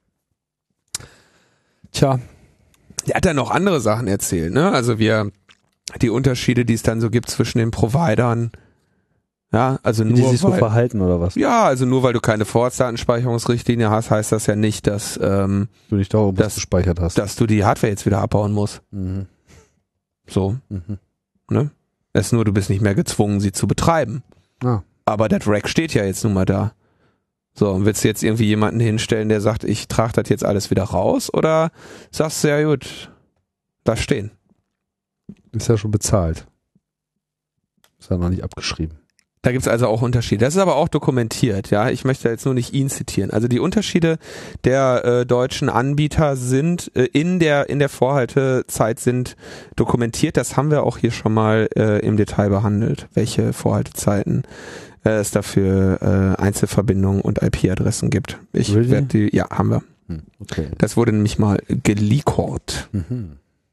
Tja. Er hat dann noch andere Sachen erzählt, ne? Also wir die Unterschiede, die es dann so gibt zwischen den Providern. Ja, also Wie nur die sich so weil, verhalten oder was? Ja, also nur weil du keine Vorratsdatenspeicherungsrichtlinie hast, heißt das ja nicht, dass ähm, du nicht darüber dass, gespeichert hast. dass du die Hardware jetzt wieder abbauen musst. Mhm. So, Mhm. ne? Es ist nur, du bist nicht mehr gezwungen, sie zu betreiben. Ah. Aber der Rack steht ja jetzt nun mal da. So, und willst du jetzt irgendwie jemanden hinstellen, der sagt, ich trage das jetzt alles wieder raus? Oder sagst du, ja gut, lass stehen. Ist ja schon bezahlt. Ist ja noch nicht abgeschrieben. Da gibt's also auch Unterschiede. Das ist aber auch dokumentiert, ja. Ich möchte jetzt nur nicht ihn zitieren. Also die Unterschiede der äh, deutschen Anbieter sind äh, in der in der Vorhaltezeit sind dokumentiert. Das haben wir auch hier schon mal äh, im Detail behandelt, welche Vorhaltezeiten äh, es dafür äh, Einzelverbindungen und I P-Adressen gibt. Ich Really? werde die, ja, haben wir. Hm, okay. Das wurde nämlich mal geleakt. Mhm.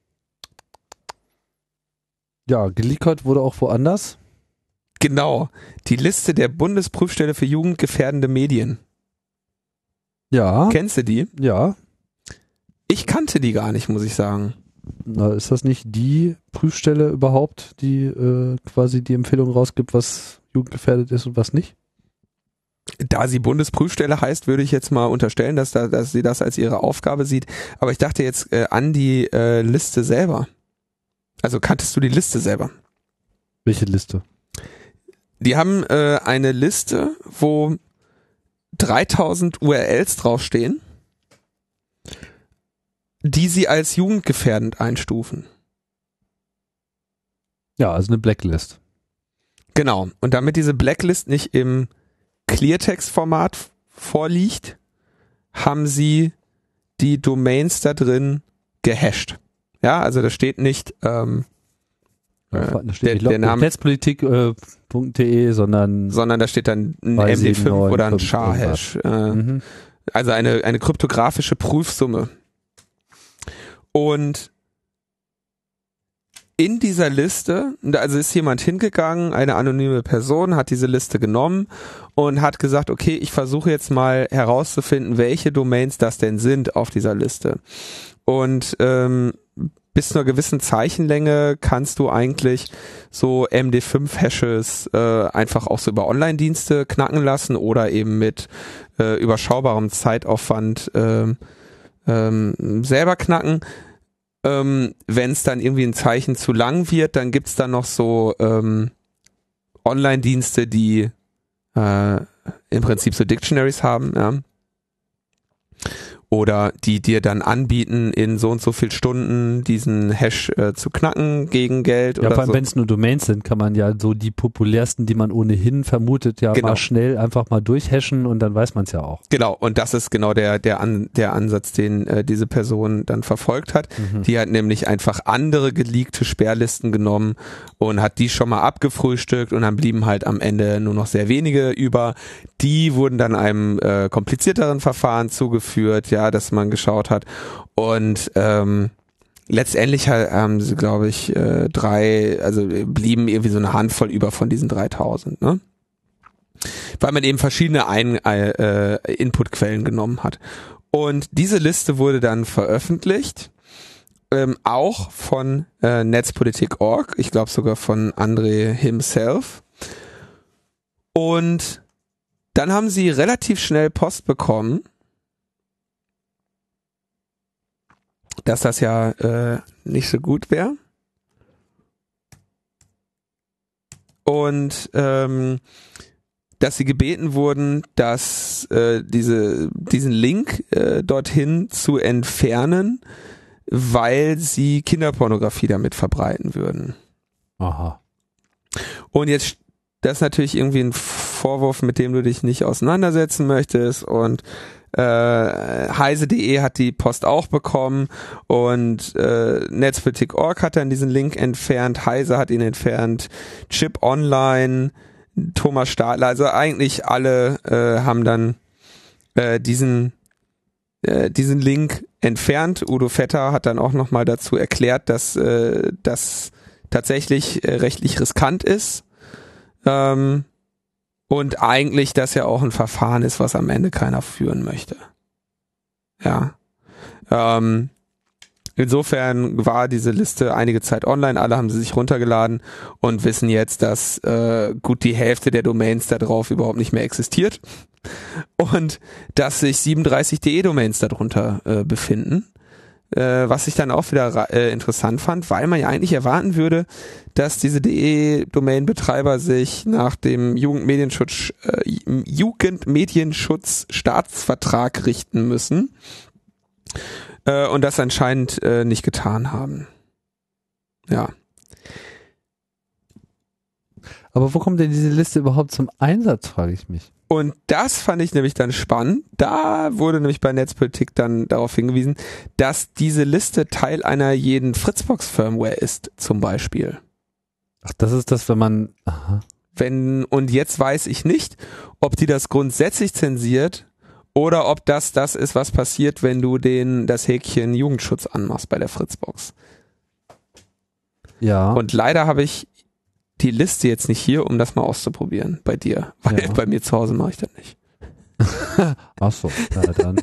Ja, geleakt wurde auch woanders. Genau, die Liste der Bundesprüfstelle für jugendgefährdende Medien. Ja. Kennst du die? Ja. Ich kannte die gar nicht, muss ich sagen. Na, ist das nicht die Prüfstelle überhaupt, die äh, quasi die Empfehlung rausgibt, was jugendgefährdet ist und was nicht? Da sie Bundesprüfstelle heißt, würde ich jetzt mal unterstellen, dass, da, dass sie das als ihre Aufgabe sieht. Aber ich dachte jetzt äh, an die äh, Liste selber. Also kanntest du die Liste selber? Welche Liste? Die haben äh, eine Liste, wo dreitausend U R Ls draufstehen, die sie als jugendgefährdend einstufen. Ja, also eine Blacklist. Genau. Und damit diese Blacklist nicht im Cleartext-Format vorliegt, haben sie die Domains da drin gehasht. Ja, also da steht nicht ähm, Ja, äh, da steht der, nicht der Name, netzpolitik punkt de, sondern sondern da steht dann ein zwei M D sieben fünf neun oder ein fünf Char-Hash. Äh, mhm. Also eine, eine kryptografische Prüfsumme. Und in dieser Liste, also ist jemand hingegangen, eine anonyme Person, hat diese Liste genommen und hat gesagt, okay, ich versuche jetzt mal herauszufinden, welche Domains das denn sind auf dieser Liste. Und ähm, bis zu einer gewissen Zeichenlänge kannst du eigentlich so M D fünf Hashes äh, einfach auch so über Online-Dienste knacken lassen oder eben mit äh, überschaubarem Zeitaufwand äh, ähm, selber knacken. Ähm, wenn es dann irgendwie ein Zeichen zu lang wird, dann gibt's dann noch so ähm, Online-Dienste, die äh, im Prinzip so Dictionaries haben, ja. oder die dir dann anbieten, in so und so viel Stunden diesen Hash äh, zu knacken gegen Geld. Ja, oder vor allem, so. wenn es nur Domains sind, kann man ja so die populärsten, die man ohnehin vermutet, ja Genau. mal schnell einfach mal durchhashen und dann weiß man es ja auch. Genau, und das ist genau der der An, der Ansatz, den äh, diese Person dann verfolgt hat. Mhm. Die hat nämlich einfach andere geleakte Sperrlisten genommen und hat die schon mal abgefrühstückt und dann blieben halt am Ende nur noch sehr wenige über. Die wurden dann einem äh, komplizierteren Verfahren zugeführt, ja, dass man geschaut hat und ähm, letztendlich haben sie, glaube ich, äh, drei, also blieben irgendwie so eine Handvoll über von diesen dreitausend, ne? Weil man eben verschiedene Ein- äh, Inputquellen genommen hat. Und diese Liste wurde dann veröffentlicht, ähm, auch von äh, Netzpolitik Punkt org, ich glaube sogar von André himself. Und dann haben sie relativ schnell Post bekommen, dass das ja äh, nicht so gut wäre. Und ähm, dass sie gebeten wurden, dass äh, diese diesen Link äh, dorthin zu entfernen, weil sie Kinderpornografie damit verbreiten würden. Aha. Und jetzt, das ist natürlich irgendwie ein Vorwurf, mit dem du dich nicht auseinandersetzen möchtest, und äh, heise punkt de hat die Post auch bekommen und äh, Netzpolitik Punkt org hat dann diesen Link entfernt, Heise hat ihn entfernt, Chip Online, Thomas Stadler, also eigentlich alle äh, haben dann äh, diesen äh, diesen Link entfernt. Udo Vetter hat dann auch nochmal dazu erklärt, dass äh, das tatsächlich äh, rechtlich riskant ist ähm, und eigentlich das ja auch ein Verfahren ist, was am Ende keiner führen möchte. Ja. Ähm, Insofern war diese Liste einige Zeit online, alle haben sie sich runtergeladen und wissen jetzt, dass äh, gut die Hälfte der Domains da drauf überhaupt nicht mehr existiert und dass sich siebenunddreißig punkt de Domains darunter äh, befinden, äh, was ich dann auch wieder äh, interessant fand, weil man ja eigentlich erwarten würde, dass diese de-Domain-Betreiber sich nach dem Jugendmedienschutz, äh, Jugendmedienschutz-Staatsvertrag richten müssen. Und das anscheinend äh, nicht getan haben. Ja. Aber wo kommt denn diese Liste überhaupt zum Einsatz, frage ich mich. Und das fand ich nämlich dann spannend. Da wurde nämlich bei Netzpolitik dann darauf hingewiesen, dass diese Liste Teil einer jeden Fritzbox-Firmware ist, zum Beispiel. Ach, das ist das, wenn man... Aha. Wenn, und jetzt weiß ich nicht, ob die das grundsätzlich zensiert oder ob das das ist, was passiert, wenn du den das Häkchen Jugendschutz anmachst bei der Fritzbox. Ja. Und leider habe ich die Liste jetzt nicht hier, um das mal auszuprobieren bei dir. Weil Ja. bei mir zu Hause mache ich das nicht. Ach so, na dann.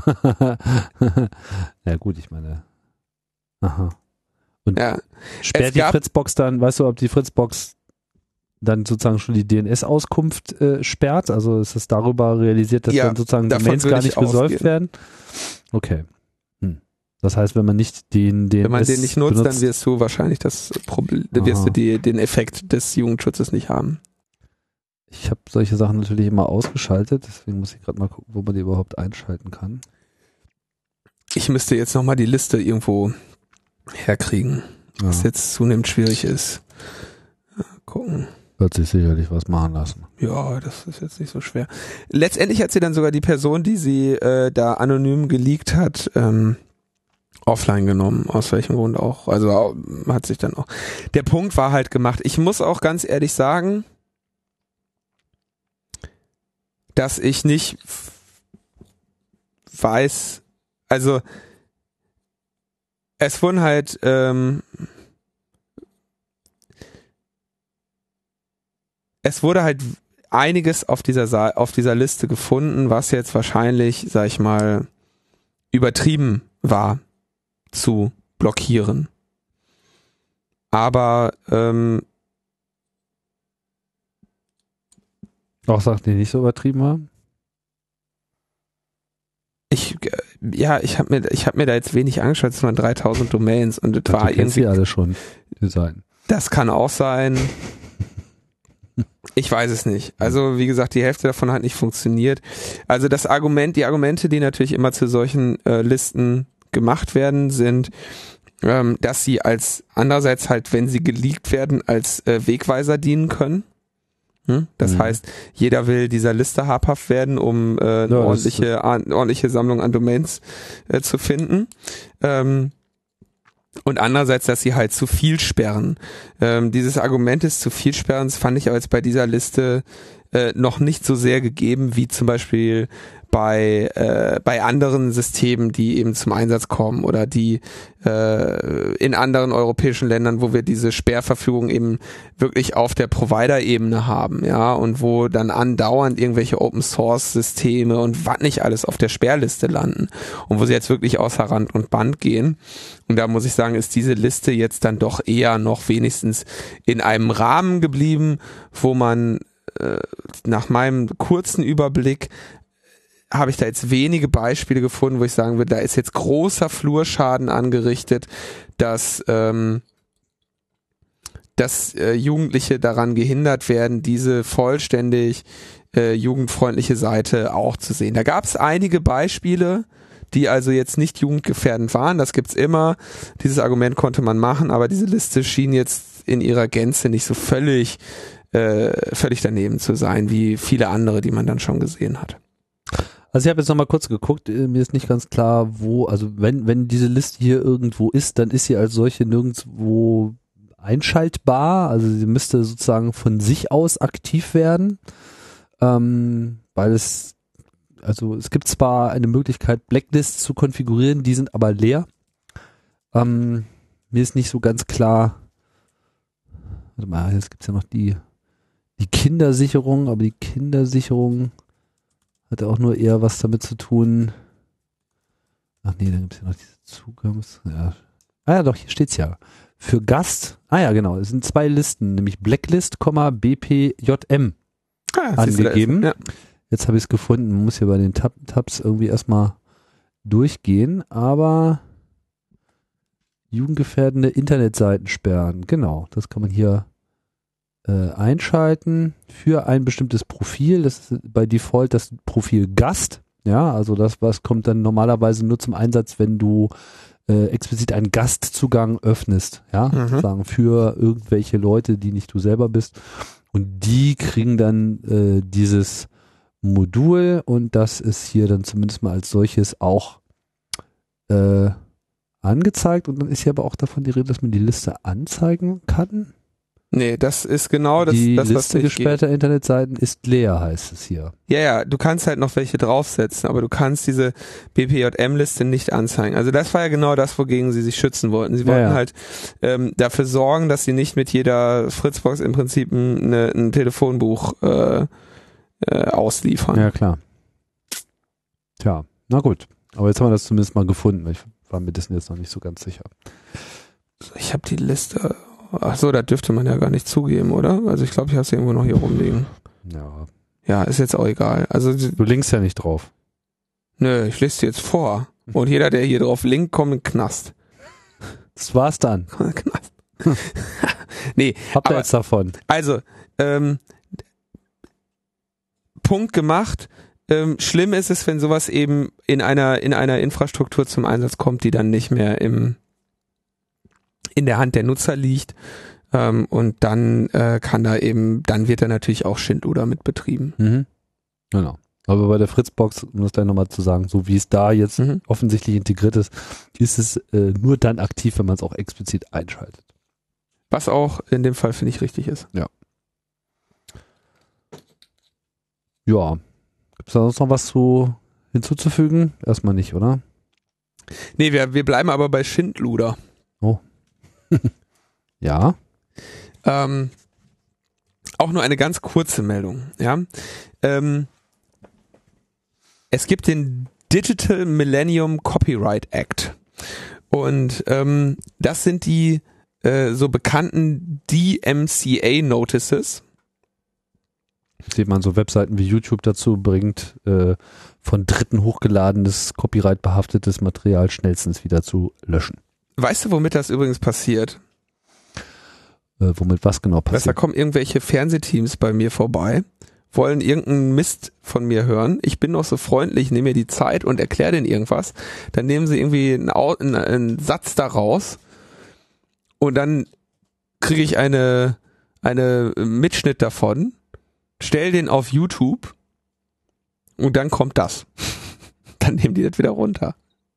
Ja gut, ich meine. Aha. Und Ja. sperrt Es die gab- Fritzbox dann, weißt du, ob die Fritzbox dann sozusagen schon die D N S-Auskunft äh, sperrt? Also ist es darüber realisiert, dass Ja, dann sozusagen davon Domains würde gar ich nicht gesäuft ausgehen. werden? Okay. Hm. Das heißt, wenn man nicht den D N S Wenn man den nicht nutzt, benutzt, dann wirst du wahrscheinlich das Problem, wirst Aha. du die, den Effekt des Jugendschutzes nicht haben. ich habe solche Sachen natürlich immer ausgeschaltet, deswegen muss ich gerade mal gucken, wo man die überhaupt einschalten kann. Ich müsste jetzt nochmal die Liste irgendwo herkriegen, Ja. was jetzt zunehmend schwierig ist. Ja, gucken. Wird sich sicherlich was machen lassen. Ja, das ist jetzt nicht so schwer. Letztendlich hat sie dann sogar die Person, die sie äh, da anonym geleakt hat, ähm, offline genommen, aus welchem Grund auch. Also au- hat sich dann auch. Der Punkt war halt gemacht. Ich muss auch ganz ehrlich sagen, dass ich nicht f- weiß, also es wurden halt ähm, es wurde halt einiges auf dieser Sa auf dieser Liste gefunden, was jetzt wahrscheinlich, sag ich mal, übertrieben war zu blockieren. Aber ähm, Auch sagt die nicht so übertrieben haben? ich äh, ja, ich habe mir ich habe mir da jetzt wenig angeschaut, es waren dreitausend Domains und das war Du kennst die irgendwie, alle schon, die Seiten. das kann auch sein. Ich weiß es nicht. Also wie gesagt, die Hälfte davon hat nicht funktioniert. Also das Argument, die Argumente, die natürlich immer zu solchen äh, Listen gemacht werden, sind, ähm, dass sie als andererseits halt, wenn sie geleakt werden, als äh, Wegweiser dienen können. Hm? Das mhm. heißt, jeder will dieser Liste habhaft werden, um äh, eine ja, ordentliche, an, ordentliche Sammlung an Domains äh, zu finden. Ähm, Und andererseits, dass sie halt zu viel sperren. Ähm, dieses Argument des zu viel Sperrens fand ich aber jetzt bei dieser Liste äh, noch nicht so sehr gegeben, wie zum Beispiel bei äh, bei anderen Systemen, die eben zum Einsatz kommen oder die äh, in anderen europäischen Ländern, wo wir diese Sperrverfügung eben wirklich auf der Provider-Ebene haben, ja, und wo dann andauernd irgendwelche Open-Source-Systeme und was nicht alles auf der Sperrliste landen und wo sie jetzt wirklich außer Rand und Band gehen. Und da muss ich sagen, ist diese Liste jetzt dann doch eher noch wenigstens in einem Rahmen geblieben, wo man äh, nach meinem kurzen Überblick habe ich da jetzt wenige Beispiele gefunden, wo ich sagen würde, da ist jetzt großer Flurschaden angerichtet, dass ähm, dass äh, Jugendliche daran gehindert werden, diese vollständig äh, jugendfreundliche Seite auch zu sehen. Da gab es einige Beispiele, die also jetzt nicht jugendgefährdend waren. Das gibt's immer. Dieses Argument konnte man machen, aber diese Liste schien jetzt in ihrer Gänze nicht so völlig äh, völlig daneben zu sein, wie viele andere, die man dann schon gesehen hat. Also ich habe jetzt nochmal kurz geguckt, mir ist nicht ganz klar, wo, also wenn wenn diese Liste hier irgendwo ist, dann ist sie als solche nirgendwo einschaltbar, also sie müsste sozusagen von sich aus aktiv werden, ähm, weil es, also es gibt zwar eine Möglichkeit, Blacklists zu konfigurieren, die sind aber leer. Ähm, mir ist nicht so ganz klar, warte mal, jetzt gibt es ja noch die, die Kindersicherung, aber die Kindersicherung hat auch nur eher was damit zu tun. Ach nee, dann gibt es ja noch diese Zugangs... Ja. Ah ja, doch, hier steht's ja. Für Gast, ah ja, genau, es sind zwei Listen, nämlich Blacklist, B P J M ah, angegeben. Ja. Jetzt habe ich es gefunden, man muss hier bei den Tab Tabs irgendwie erstmal durchgehen, aber jugendgefährdende Internetseiten sperren, genau, das kann man hier äh, einschalten für ein bestimmtes Profil. Das ist bei Default das Profil Gast, ja, also das, was kommt dann normalerweise nur zum Einsatz, wenn du äh, explizit einen Gastzugang öffnest, ja, mhm. sozusagen für irgendwelche Leute, die nicht du selber bist, und die kriegen dann äh, dieses Modul, und das ist hier dann zumindest mal als solches auch äh, angezeigt, und dann ist hier aber auch davon die Rede, dass man die Liste anzeigen kann. Nee, das ist genau das, die das was Liste gesperrter Internetseiten ist leer, heißt es hier. Ja, ja, du kannst halt noch welche draufsetzen, aber du kannst diese B P J M-Liste nicht anzeigen. Also das war ja genau das, wogegen sie sich schützen wollten. Sie wollten ja, ja. halt ähm, dafür sorgen, dass sie nicht mit jeder Fritzbox im Prinzip ein, eine, ein Telefonbuch äh, äh, ausliefern. Ja, klar. Tja, na gut. Aber jetzt haben wir das zumindest mal gefunden. Ich war mir dessen jetzt noch nicht so ganz sicher. Ich habe die Liste... Ach so, da dürfte man ja gar nicht zugeben, oder? Also ich glaube, ich habe es irgendwo noch hier rumliegen. Ja. Ja, ist jetzt auch egal. Also du linkst ja nicht drauf. Nö, ich lese dir jetzt vor. Und jeder, der hier drauf linkt, kommt in den Knast. Das war's dann. Knast. Nee. Habt ihr jetzt davon? Also, ähm, Punkt gemacht. Ähm, schlimm ist es, wenn sowas eben in einer, in einer Infrastruktur zum Einsatz kommt, die dann nicht mehr im in der Hand der Nutzer liegt, ähm, und dann äh, kann da eben, dann wird da natürlich auch Schindluder mit betrieben. Mhm. Genau. Aber bei der Fritzbox, um das gleich nochmal zu sagen, so wie es da jetzt mhm. offensichtlich integriert ist, ist es äh, nur dann aktiv, wenn man es auch explizit einschaltet. Was auch in dem Fall, finde ich, richtig ist. Ja. Ja. Gibt es da sonst noch was zu hinzuzufügen? Erstmal nicht, oder? Nee, wir, wir bleiben aber bei Schindluder. Oh. Ja. Ähm, auch nur eine ganz kurze Meldung. Ja. Ähm, es gibt den Digital Millennium Copyright Act. Und ähm, das sind die äh, so bekannten D M C A Notices. Sieht man so Webseiten wie YouTube dazu bringt, äh, von Dritten hochgeladenes, copyright-behaftetes Material schnellstens wieder zu löschen. Weißt du, womit das übrigens passiert? Äh, womit was genau Weißt, da passiert? kommen irgendwelche Fernsehteams bei mir vorbei, wollen irgendeinen Mist von mir hören. Ich bin noch so freundlich, nehme mir die Zeit und erkläre denen irgendwas. Dann nehmen sie irgendwie einen, Au- einen, einen Satz daraus und dann kriege ich eine, eine Mitschnitt davon, stell den auf YouTube und dann kommt das. Dann nehmen die das wieder runter.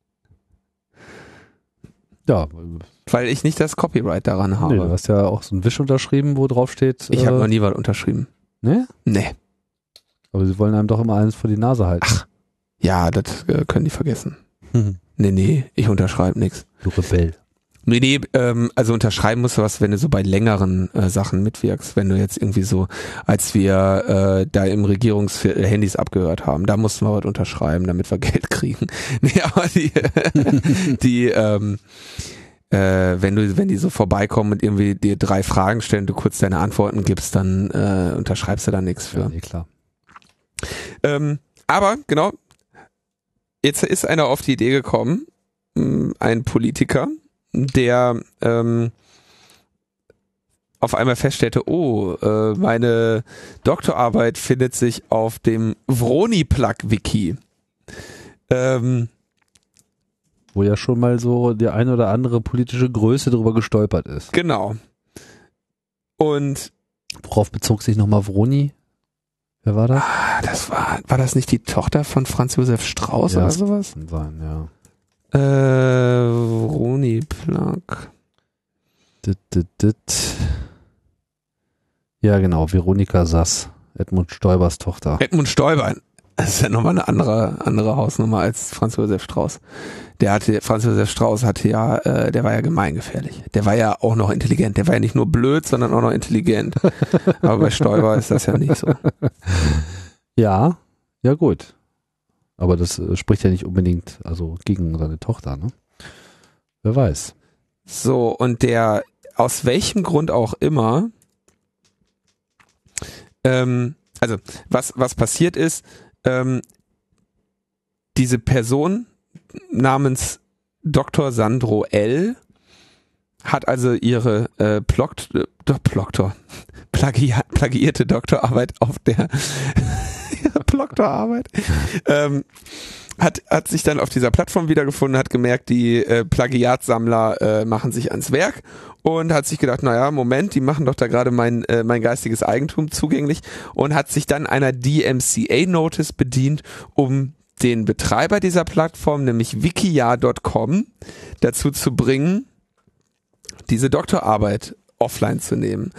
Ja, Weil ich nicht das Copyright daran habe. nee, du hast ja auch so ein Wisch unterschrieben, wo drauf steht. Ich äh, habe noch nie was unterschrieben. Ne? Nee. Aber sie wollen einem doch immer eines vor die Nase halten. Ach. Ja, das äh, können die vergessen. Hm. Nee, nee, ich unterschreibe nichts. Du Rebell. Nee, nee, ähm, also unterschreiben musst du was, wenn du so bei längeren äh, Sachen mitwirkst. Wenn du jetzt irgendwie so, als wir äh, da im Regierungsviertel Handys abgehört haben, da mussten wir was unterschreiben, damit wir Geld kriegen. Nee, aber die, die ähm, äh, wenn du, wenn die so vorbeikommen und irgendwie dir drei Fragen stellen, du kurz deine Antworten gibst, dann äh, unterschreibst du da nichts für. Ja, nee, klar. Ähm, aber genau, jetzt ist einer auf die Idee gekommen, mh, ein Politiker, der ähm, auf einmal feststellte, oh, äh, meine Doktorarbeit findet sich auf dem Vroni-Plug-Wiki. Ähm, Wo ja schon mal so die eine oder andere politische Größe drüber gestolpert ist. genau. Und Worauf bezog sich nochmal Vroni? Wer war das? ah, das war, war das nicht die Tochter von Franz Josef Strauß Ja, oder das sowas? kann sein, ja. Äh, Vroni-Plug. Dit, dit, dit. Ja, genau, Veronika Sass, Edmund Stoibers Tochter. Edmund Stoiber, das ist ja nochmal eine andere, andere Hausnummer als Franz Josef Strauß. Der hatte, Franz Josef Strauß hatte ja, äh, der war ja gemeingefährlich. Der war ja auch noch intelligent. Der war ja nicht nur blöd, sondern auch noch intelligent. Aber bei Stoiber ist das ja nicht so. Ja, ja gut. Aber das äh, spricht ja nicht unbedingt also gegen seine Tochter, ne? Wer weiß. So, und der, aus welchem Grund auch immer, ähm, also, was, was passiert ist, ähm, diese Person namens Doktor Sandro L. hat also ihre äh, Plokt, äh, Ploktor, Plagia, plagiierte Doktorarbeit auf der ihre Ploktorarbeit ähm, hat hat sich dann auf dieser Plattform wiedergefunden, hat gemerkt, die äh, Plagiatsammler äh, machen sich ans Werk und hat sich gedacht, naja, Moment, die machen doch da gerade mein äh, mein geistiges Eigentum zugänglich und hat sich dann einer D M C A-Notice bedient, um den Betreiber dieser Plattform, nämlich wikia Punkt com, dazu zu bringen, diese Doktorarbeit offline zu nehmen.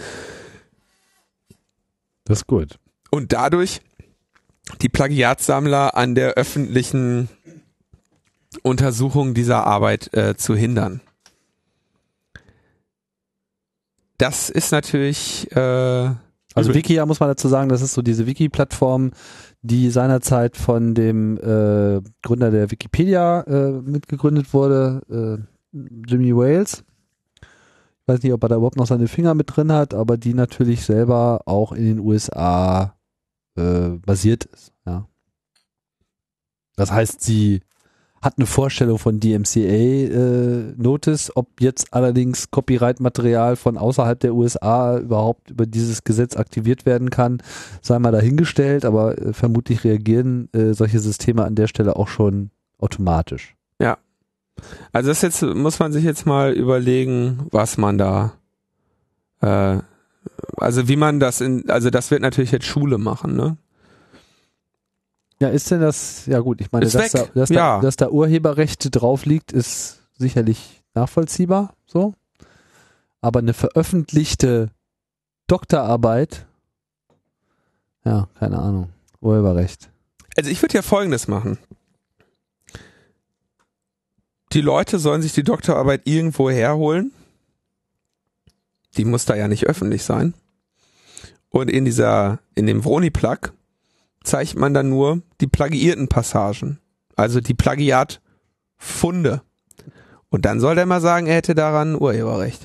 Das ist gut. Und dadurch die Plagiatsammler an der öffentlichen Untersuchung dieser Arbeit äh, zu hindern. Das ist natürlich äh, Also Wikia, muss man dazu sagen, das ist so diese Wiki-Plattform, die seinerzeit von dem äh, Gründer der Wikipedia äh, mitgegründet wurde, äh, Jimmy Wales. Ich weiß nicht, ob er da überhaupt noch seine Finger mit drin hat, aber die natürlich selber auch in den U S A äh, basiert ist. Ja. Das heißt, sie hat eine Vorstellung von D M C A-Notice, äh, ob jetzt allerdings Copyright-Material von außerhalb der U S A überhaupt über dieses Gesetz aktiviert werden kann, sei mal dahingestellt, aber äh, vermutlich reagieren äh, solche Systeme an der Stelle auch schon automatisch. ja. Also das jetzt muss man sich jetzt mal überlegen, was man da äh, also wie man das in, also das wird natürlich jetzt Schule machen, ne? Ja, ist denn das, ja gut, ich meine, Ist dass da, weg. dass, Ja. da, dass da Urheberrecht drauf liegt, ist sicherlich nachvollziehbar, so. Aber eine veröffentlichte Doktorarbeit, ja, keine Ahnung, Urheberrecht. Also ich würde ja Folgendes machen. Die Leute sollen sich die Doktorarbeit irgendwo herholen. Die muss da ja nicht öffentlich sein. Und in dieser, in dem Vroni-Plug zeigt man dann nur die plagiierten Passagen. Also die Plagiatfunde. Und dann soll der mal sagen, er hätte daran Urheberrecht.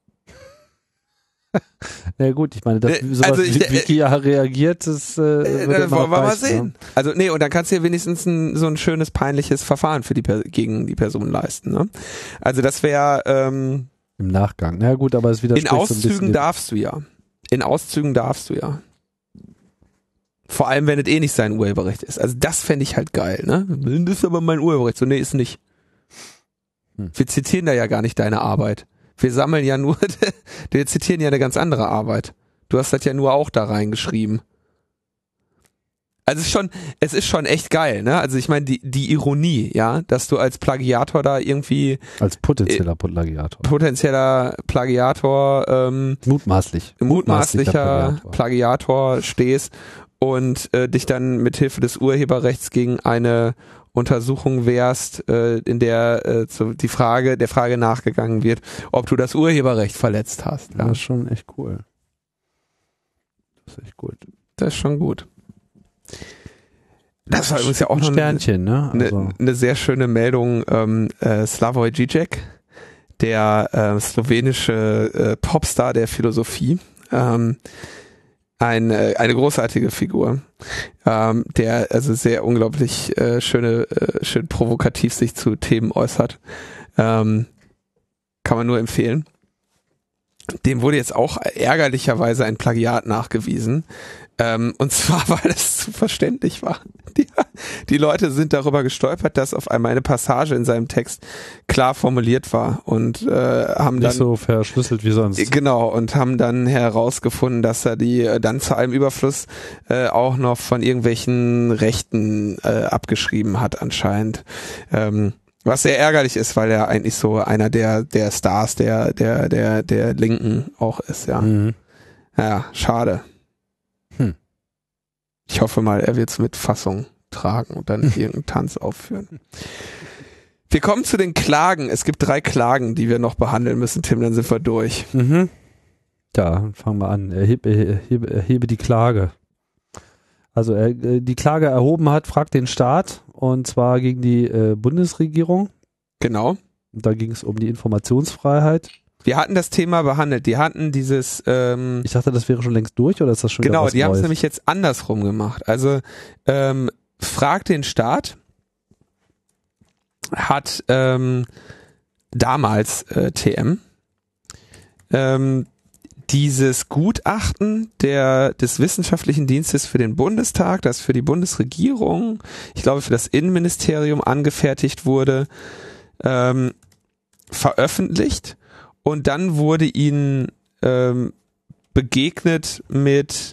Na gut, ich meine, dass Äh, sowas also ich- wie Wikia reagiert, das äh, Äh, wird ja das immer wollen noch wir mal reichen, sehen. ne? Also nee, und dann kannst du ja wenigstens ein, so ein schönes peinliches Verfahren für die Per- gegen die Person leisten. Ne? Also das wäre, ähm, Im Nachgang. Na gut, aber es widerspricht In Auszügen so ein bisschen. darfst du ja. In Auszügen darfst du ja. Vor allem, wenn es eh nicht sein Urheberrecht ist. Also das fände ich halt geil, ne? Das ist aber mein Urheberrecht. So, nee, ist nicht. Hm. Wir zitieren da ja gar nicht deine Arbeit. Wir sammeln ja nur, wir zitieren ja eine ganz andere Arbeit. Du hast das ja nur auch da reingeschrieben. Also es ist schon, es ist schon echt geil, ne? Also ich meine, die, die Ironie, ja, dass du als Plagiator da irgendwie Als potenzieller Plagiator. potenzieller Plagiator, ähm, Mutmaßlich. mutmaßlicher Plagiator. Plagiator stehst und äh, dich dann mit Hilfe des Urheberrechts gegen eine Untersuchung wehrst, äh, in der äh, so die Frage, der Frage nachgegangen wird, ob du das Urheberrecht verletzt hast. Ja. Das ist schon echt cool. Das ist echt gut. Das ist schon gut. Das war übrigens ja auch ein noch Sternchen, ne? eine, Also. eine sehr schöne Meldung. Ähm, äh, Slavoj Žižek, der äh, slowenische äh, Popstar der Philosophie, ähm, ein, äh, eine großartige Figur, ähm, der also sehr unglaublich äh, schöne, äh, schön provokativ sich zu Themen äußert. Ähm, kann man nur empfehlen. Dem wurde jetzt auch ärgerlicherweise ein Plagiat nachgewiesen. Ähm, und zwar, weil es zu verständlich war. Die, die Leute sind darüber gestolpert, dass auf einmal eine Passage in seinem Text klar formuliert war und äh, haben dann nicht so verschlüsselt wie sonst. Genau, und haben dann herausgefunden, dass er die äh, dann zu allem Überfluss äh, auch noch von irgendwelchen Rechten äh, abgeschrieben hat anscheinend. Ähm, was sehr ärgerlich ist, weil er eigentlich so einer der der Stars der der der der Linken auch ist, ja. Mhm. Ja, schade. Hm. Ich hoffe mal, er wird es mit Fassung tragen und dann irgendeinen Tanz aufführen. Wir kommen zu den Klagen. Es gibt drei Klagen, die wir noch behandeln müssen, Tim, dann sind wir durch. Mhm. Ja, fangen wir an. Erhebe, erhebe, erhebe die Klage. Also er die Klage erhoben hat, fragt den Staat, und zwar gegen die äh, Bundesregierung. Genau. Und da ging es um die Informationsfreiheit. Wir hatten das Thema behandelt. Die hatten dieses ähm, Ich dachte, das wäre schon längst durch, oder ist das schon wieder genau, was die haben es Neues? nämlich jetzt andersrum gemacht. Also ähm, fragt den Staat hat ähm, damals äh, T M ähm, dieses Gutachten der des Wissenschaftlichen Dienstes für den Bundestag, das für die Bundesregierung, ich glaube für das Innenministerium angefertigt wurde, ähm, veröffentlicht, und dann wurde ihnen ähm, begegnet mit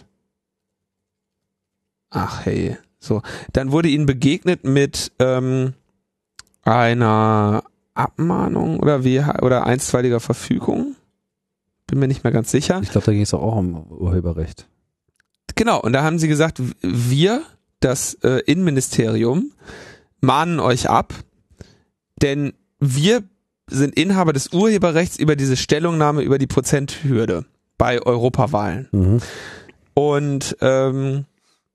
ach hey, so, dann wurde ihnen begegnet mit ähm, einer Abmahnung oder wie oder einstweiliger Verfügung. Bin mir nicht mehr ganz sicher. Ich glaube, da ging es auch um Urheberrecht. Genau, und da haben sie gesagt, wir, das äh, Innenministerium, mahnen euch ab, denn wir sind Inhaber des Urheberrechts über diese Stellungnahme über die Prozenthürde bei Europawahlen. Mhm. Und ähm,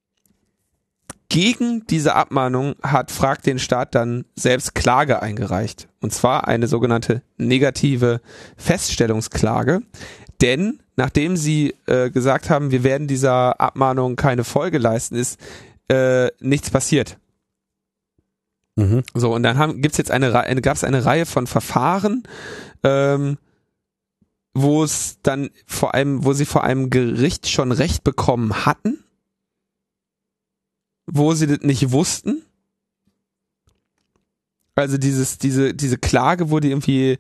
gegen diese Abmahnung hat Frag den Staat dann selbst Klage eingereicht. Und zwar eine sogenannte negative Feststellungsklage. Denn nachdem sie äh, gesagt haben, wir werden dieser Abmahnung keine Folge leisten, ist äh, nichts passiert. Mhm. So, und dann haben, gibt's jetzt eine, eine gab es eine Reihe von Verfahren, ähm, wo es dann vor allem, wo sie vor einem Gericht schon Recht bekommen hatten, wo sie das nicht wussten. Also dieses, diese, diese Klage wurde irgendwie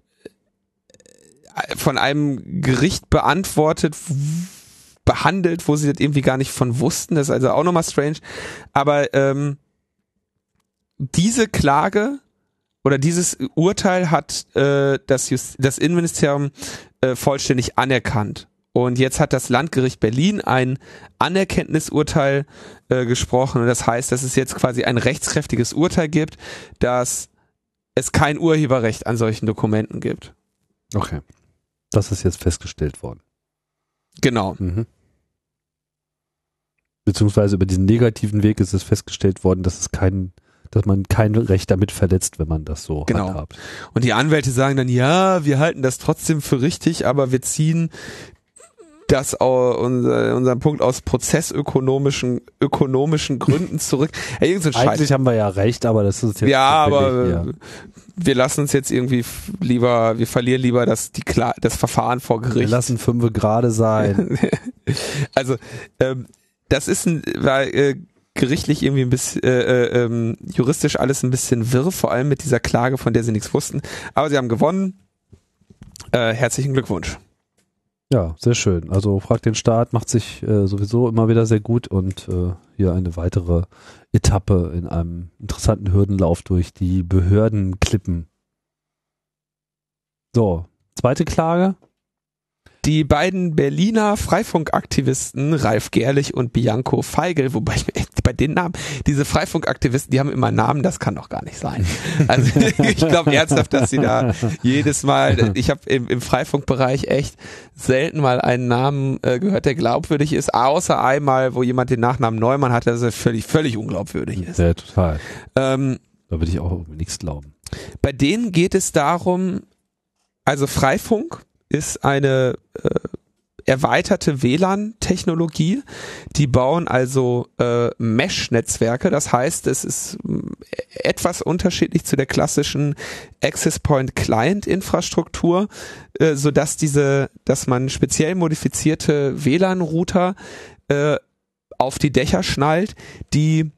von einem Gericht beantwortet, behandelt, wo sie das irgendwie gar nicht von wussten. Das ist also auch nochmal strange. Aber ähm, diese Klage oder dieses Urteil hat äh, das, Just- das Innenministerium äh, vollständig anerkannt. Und jetzt hat das Landgericht Berlin ein Anerkenntnisurteil äh, gesprochen. Und das heißt, dass es jetzt quasi ein rechtskräftiges Urteil gibt, dass es kein Urheberrecht an solchen Dokumenten gibt. Okay. Das ist jetzt festgestellt worden. Genau. Mhm. Beziehungsweise über diesen negativen Weg ist es festgestellt worden, dass es kein, dass man kein Recht damit verletzt, wenn man das so Genau. handhabt. Und die Anwälte sagen dann, ja, wir halten das trotzdem für richtig, aber wir ziehen das aus unser, unseren Punkt aus prozessökonomischen ökonomischen Gründen zurück. Ja, irgend so ein Eigentlich Scheiß. haben wir ja recht, aber das ist jetzt Ja, so billig, aber ja. wir lassen uns jetzt irgendwie f- lieber, wir verlieren lieber das, die, Kla- das Verfahren vor Wir Gericht. lassen fünfe gerade sein. Also, ähm, das ist ein, war, äh, gerichtlich irgendwie ein bisschen, äh, äh, ähm, juristisch alles ein bisschen wirr, vor allem mit dieser Klage, von der sie nichts wussten. Aber sie haben gewonnen. Äh, herzlichen Glückwunsch. Ja, sehr schön. Also Frag den Staat macht sich äh, sowieso immer wieder sehr gut und äh, hier eine weitere Etappe in einem interessanten Hürdenlauf durch die Behördenklippen. So, zweite Klage. Die beiden Berliner Freifunkaktivisten Ralf Gerlich und Bianco Feigl, wobei ich mir echt bei den Namen, diese Freifunkaktivisten, die haben immer Namen, das kann doch gar nicht sein. Also ich glaube ernsthaft, dass sie da jedes Mal, ich habe im, im Freifunkbereich echt selten mal einen Namen äh, gehört, der glaubwürdig ist, außer einmal, wo jemand den Nachnamen Neumann hat, der völlig, völlig unglaubwürdig ist. Ja, total. Ähm, Da würde ich auch irgendwie nichts glauben. Bei denen geht es darum, also Freifunk ist eine äh, erweiterte W L A N-Technologie. Die bauen also äh, Mesh-Netzwerke. Das heißt, es ist m, etwas unterschiedlich zu der klassischen Access Point Client-Infrastruktur, äh, sodass diese, dass man speziell modifizierte W L A N-Router äh, auf die Dächer schnallt, die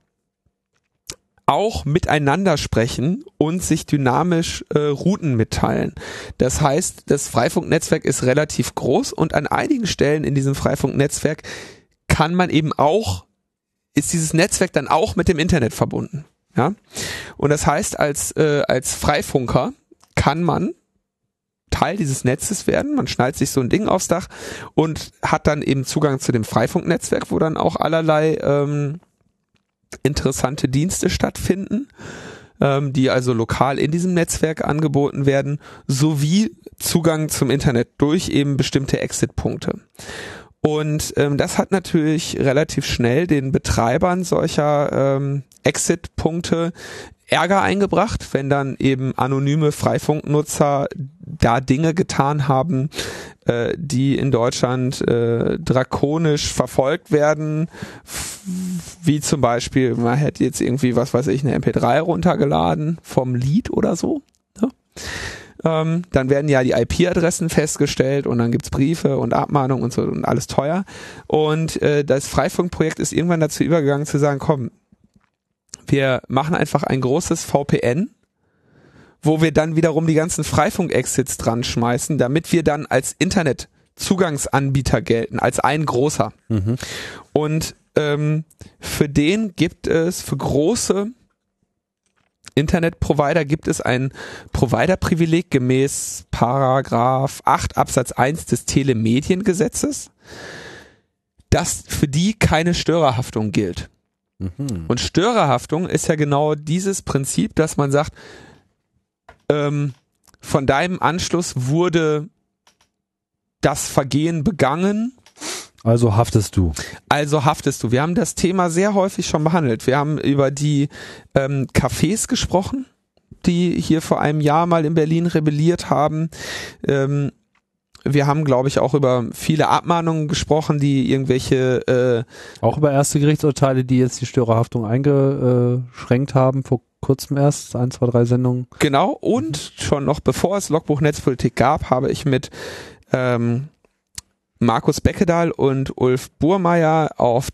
auch miteinander sprechen und sich dynamisch äh, Routen mitteilen. Das heißt, das Freifunknetzwerk ist relativ groß und an einigen Stellen in diesem Freifunknetzwerk kann man eben auch, ist dieses Netzwerk dann auch mit dem Internet verbunden. Ja? Und das heißt, als, äh, als Freifunker kann man Teil dieses Netzes werden. Man schnallt sich so ein Ding aufs Dach und hat dann eben Zugang zu dem Freifunknetzwerk, wo dann auch allerlei ähm, interessante Dienste stattfinden, ähm, die also lokal in diesem Netzwerk angeboten werden, sowie Zugang zum Internet durch eben bestimmte Exit-Punkte. Und ähm, das hat natürlich relativ schnell den Betreibern solcher ähm, Exit-Punkte Ärger eingebracht, wenn dann eben anonyme Freifunknutzer da Dinge getan haben, äh, die in Deutschland äh, drakonisch verfolgt werden, f- wie zum Beispiel, man hätte jetzt irgendwie, was weiß ich, eine M P drei runtergeladen vom Lied oder so. Ne? Ähm, dann werden ja die I P-Adressen festgestellt und dann gibt's Briefe und Abmahnungen und so und alles teuer. Und äh, das Freifunkprojekt ist irgendwann dazu übergegangen zu sagen, komm, wir machen einfach ein großes V P N, wo wir dann wiederum die ganzen Freifunk-Exits dran schmeißen, damit wir dann als Internetzugangsanbieter gelten, als ein großer. Mhm. Und ähm, für den gibt es, für große Internetprovider gibt es ein Providerprivileg gemäß Paragraph acht Absatz eins des Telemediengesetzes, das für die keine Störerhaftung gilt. Mhm. Und Störerhaftung ist ja genau dieses Prinzip, dass man sagt, ähm, von deinem Anschluss wurde das Vergehen begangen, Also haftest du. also haftest du. Wir haben das Thema sehr häufig schon behandelt. Wir haben über die ähm, Cafés gesprochen, die hier vor einem Jahr mal in Berlin rebelliert haben. Ähm, wir haben, glaube ich, auch über viele Abmahnungen gesprochen, die irgendwelche äh, Auch über erste Gerichtsurteile, die jetzt die Störerhaftung eingeschränkt haben, vor kurzem erst, ein, zwei, drei Sendungen. genau, und schon noch bevor es Logbuch Netzpolitik gab, habe ich mit ähm, Markus Beckedahl und Ulf Burmeier auf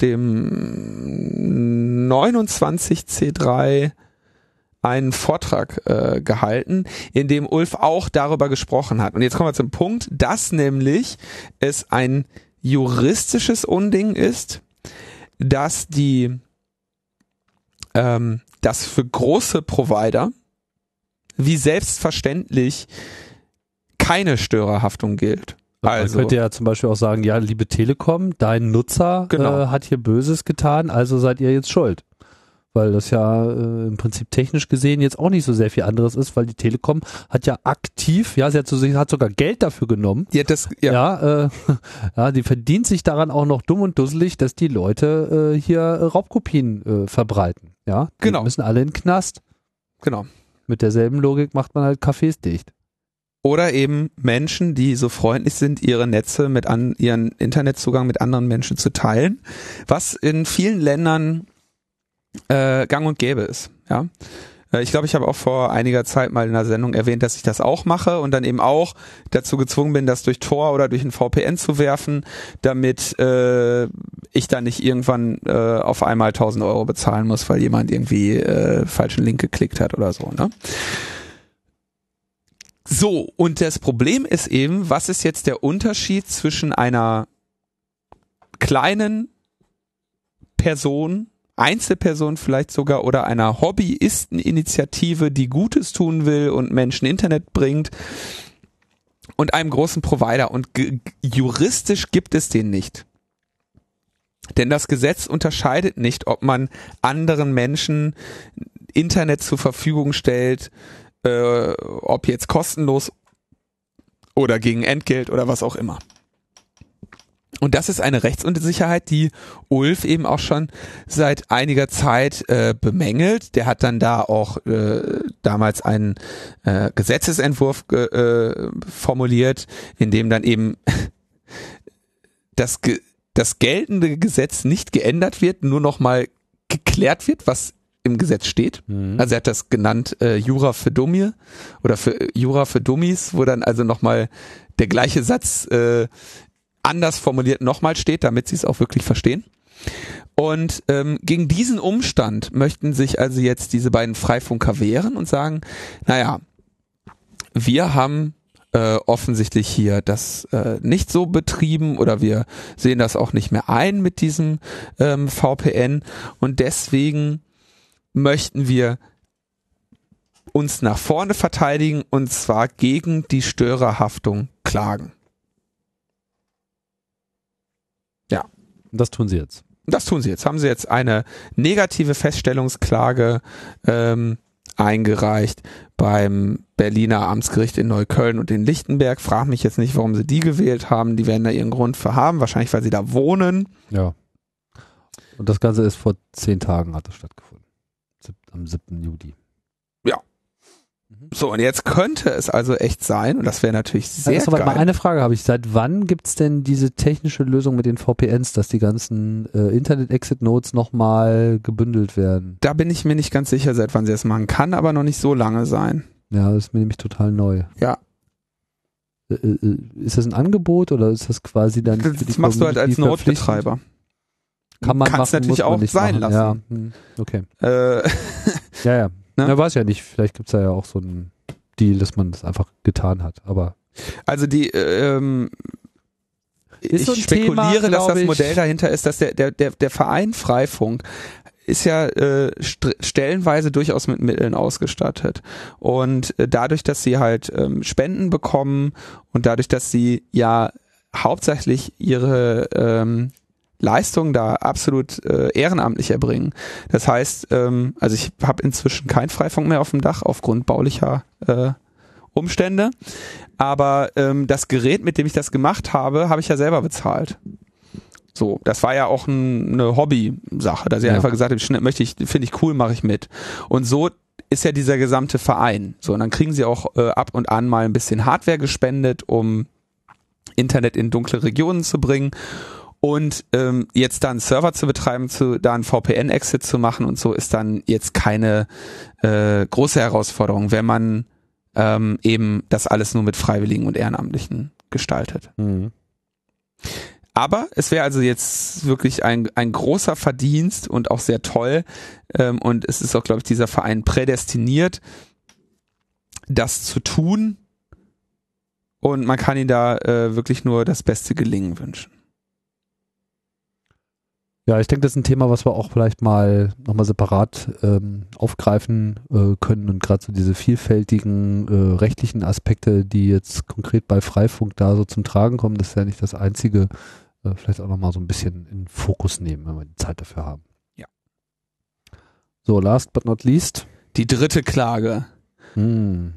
dem neunundzwanzig C drei einen Vortrag äh, gehalten, in dem Ulf auch darüber gesprochen hat. Und jetzt kommen wir zum Punkt, dass nämlich es ein juristisches Unding ist, dass die, ähm, dass für große Provider wie selbstverständlich keine Störerhaftung gilt. Also, Man könnte ja zum Beispiel auch sagen, ja, liebe Telekom, dein Nutzer Genau. äh, hat hier Böses getan, also seid ihr jetzt schuld. Weil das ja äh, im Prinzip technisch gesehen jetzt auch nicht so sehr viel anderes ist, weil die Telekom hat ja aktiv, ja, sie hat, so, sie hat sogar Geld dafür genommen. ja, das, ja, Ja, äh, ja, die verdient sich daran auch noch dumm und dusselig, dass die Leute äh, hier äh, Raubkopien äh, verbreiten. Ja, die Genau. müssen alle in den Knast. genau. Mit derselben Logik macht man halt Cafés dicht. oder eben Menschen, die so freundlich sind, ihre Netze mit an, ihren Internetzugang mit anderen Menschen zu teilen, was in vielen Ländern äh, gang und gäbe ist. Ja, äh, ich glaube, ich habe auch vor einiger Zeit mal in einer Sendung erwähnt, dass ich das auch mache und dann eben auch dazu gezwungen bin, das durch Tor oder durch ein V P N zu werfen, damit äh, ich dann nicht irgendwann äh, auf einmal tausend Euro bezahlen muss, weil jemand irgendwie äh, falschen Link geklickt hat oder so, ne? So, und das Problem ist eben, was ist jetzt der Unterschied zwischen einer kleinen Person, Einzelperson vielleicht sogar, oder einer Hobbyisteninitiative, die Gutes tun will und Menschen Internet bringt, und einem großen Provider? Und g- juristisch gibt es den nicht. Denn das Gesetz unterscheidet nicht, ob man anderen Menschen Internet zur Verfügung stellt, Äh, ob jetzt kostenlos oder gegen Entgelt oder was auch immer. Und das ist eine Rechtsunsicherheit, die Ulf eben auch schon seit einiger Zeit äh, bemängelt. Der hat dann da auch äh, damals einen äh, Gesetzesentwurf ge- äh, formuliert, in dem dann eben das, ge- das geltende Gesetz nicht geändert wird, nur nochmal geklärt wird, was im Gesetz steht. Mhm. Also er hat das genannt äh, Jura für Dummies oder für äh, Jura für Dummies, wo dann also nochmal der gleiche Satz äh, anders formuliert nochmal steht, damit sie es auch wirklich verstehen. Und ähm, gegen diesen Umstand möchten sich also jetzt diese beiden Freifunker wehren und sagen, naja, wir haben äh, offensichtlich hier das äh, nicht so betrieben oder wir sehen das auch nicht mehr ein mit diesem ähm, V P N und deswegen möchten wir uns nach vorne verteidigen und zwar gegen die Störerhaftung klagen. Ja. Das tun sie jetzt. Das tun sie jetzt. Haben sie jetzt eine negative Feststellungsklage ähm, eingereicht beim Berliner Amtsgericht in Neukölln und in Lichtenberg. Frag mich jetzt nicht, warum sie die gewählt haben. Die werden da ihren Grund für haben. Wahrscheinlich, weil sie da wohnen. Ja. Und das Ganze ist vor zehn Tagen hat es stattgefunden. Am siebten Juli. Ja. So, und jetzt könnte es also echt sein, und das wäre natürlich sehr also, geil. Mal eine Frage habe ich. Seit wann gibt es denn diese technische Lösung mit den V P Ns, dass die ganzen äh, Internet-Exit-Nodes nochmal gebündelt werden? Da bin ich mir nicht ganz sicher, seit wann sie das machen. Kann aber noch nicht so lange sein. Ja, das ist mir nämlich total neu. Ja. Äh, äh, ist das ein Angebot oder ist das quasi dann Das, das machst du halt als Node-Betreiber. Kann man Kannst machen, natürlich muss man auch nicht sein machen. lassen. Ja, hm, okay. Äh, ja, ja. Ne? Na, weiß ja nicht. Vielleicht gibt es da ja auch so einen Deal, dass man das einfach getan hat. Aber also die, ähm, ich so spekuliere, Thema, dass das ich, Modell dahinter ist, dass der, der, der, der Verein Freifunk ist ja äh, st- stellenweise durchaus mit Mitteln ausgestattet. Und äh, dadurch, dass sie halt ähm, Spenden bekommen und dadurch, dass sie ja hauptsächlich ihre ähm, Leistungen da absolut äh, ehrenamtlich erbringen. Das heißt, ähm, also ich habe inzwischen kein Freifunk mehr auf dem Dach aufgrund baulicher äh, Umstände, aber ähm, das Gerät, mit dem ich das gemacht habe, habe ich ja selber bezahlt. So, das war ja auch ein, eine Hobby-Sache, dass ich ja. einfach gesagt habe, schnell, möchte ich, finde ich cool, mache ich mit. Und so ist ja dieser gesamte Verein. So, und dann kriegen sie auch äh, ab und an mal ein bisschen Hardware gespendet, um Internet in dunkle Regionen zu bringen. Und ähm, jetzt da einen Server zu betreiben, zu, da einen V P N-Exit zu machen und so, ist dann jetzt keine äh, große Herausforderung, wenn man ähm, eben das alles nur mit Freiwilligen und Ehrenamtlichen gestaltet. Mhm. Aber es wäre also jetzt wirklich ein, ein großer Verdienst und auch sehr toll. Ähm, und es ist auch, glaube ich, dieser Verein prädestiniert, das zu tun. Und man kann ihnen da äh, wirklich nur das beste Gelingen wünschen. Ja, ich denke, das ist ein Thema, was wir auch vielleicht mal nochmal separat ähm, aufgreifen äh, können und gerade so diese vielfältigen äh, rechtlichen Aspekte, die jetzt konkret bei Freifunk da so zum Tragen kommen, das ist ja nicht das einzige, äh, vielleicht auch nochmal so ein bisschen in den Fokus nehmen, wenn wir die Zeit dafür haben. Ja. So, last but not least. Die dritte Klage. Hm.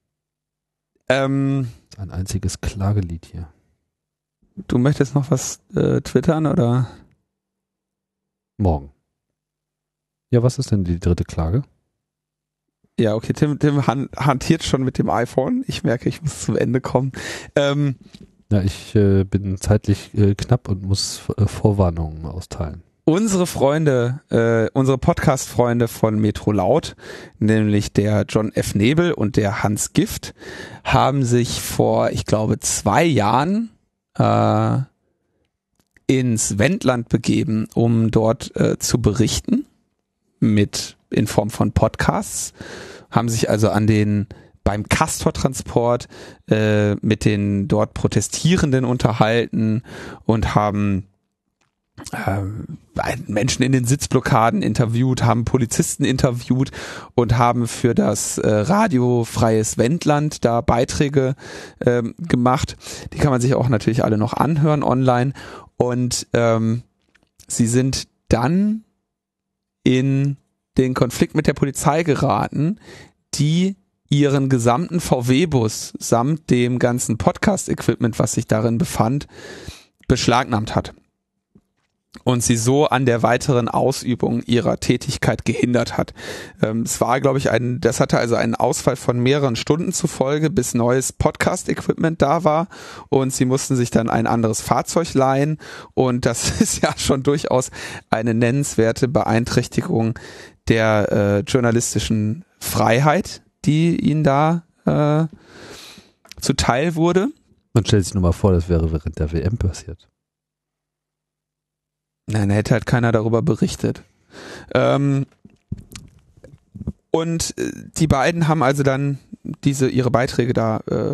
Ähm, das ist ein einziges Klagelied hier. Du möchtest noch was äh, twittern oder? Morgen. Ja, was ist denn die dritte Klage? ja, okay, Tim, Tim han, hantiert schon mit dem iPhone. Ich merke, ich muss zum Ende kommen. Ähm, ja, ich äh, bin zeitlich äh, knapp und muss äh, Vorwarnungen austeilen. Unsere Freunde, äh, unsere Podcast-Freunde von Metro Laut, nämlich der John F. Nebel und der Hans Gift, haben sich vor, ich glaube, zwei Jahren äh, ins Wendland begeben, um dort äh, zu berichten, mit in Form von Podcasts, haben sich also an den beim Castor-Transport äh, mit den dort Protestierenden unterhalten und haben äh, Menschen in den Sitzblockaden interviewt, haben Polizisten interviewt und haben für das äh, Radio Freies Wendland da Beiträge äh, gemacht. Die kann man sich auch natürlich alle noch anhören online. Und ähm, sie sind dann in den Konflikt mit der Polizei geraten, die ihren gesamten V W-Bus samt dem ganzen Podcast-Equipment, was sich darin befand, beschlagnahmt hat. Und sie so an der weiteren Ausübung ihrer Tätigkeit gehindert hat. Ähm, es war, glaube ich, ein, das hatte also einen Ausfall von mehreren Stunden zur Folge, bis neues Podcast-Equipment da war und sie mussten sich dann ein anderes Fahrzeug leihen und das ist ja schon durchaus eine nennenswerte Beeinträchtigung der äh, journalistischen Freiheit, die ihnen da äh, zuteil wurde. Man stellt sich nur mal vor, das wäre während der W M passiert. Nein, da hätte halt keiner darüber berichtet. Ähm, und äh, die beiden haben also dann diese ihre Beiträge da äh,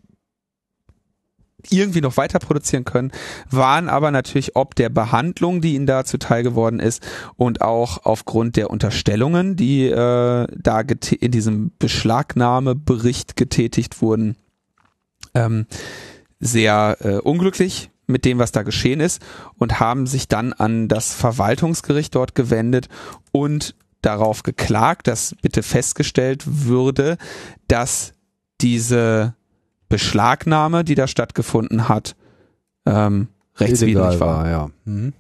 irgendwie noch weiter produzieren können, waren aber natürlich ob der Behandlung, die ihnen da zuteil geworden ist und auch aufgrund der Unterstellungen, die äh, da in diesem Beschlagnahmebericht getätigt wurden, ähm, sehr äh, unglücklich mit dem, was da geschehen ist und haben sich dann an das Verwaltungsgericht dort gewendet und darauf geklagt, dass bitte festgestellt würde, dass diese Beschlagnahme, die da stattgefunden hat, ähm, rechtswidrig war. war ja. Mhm.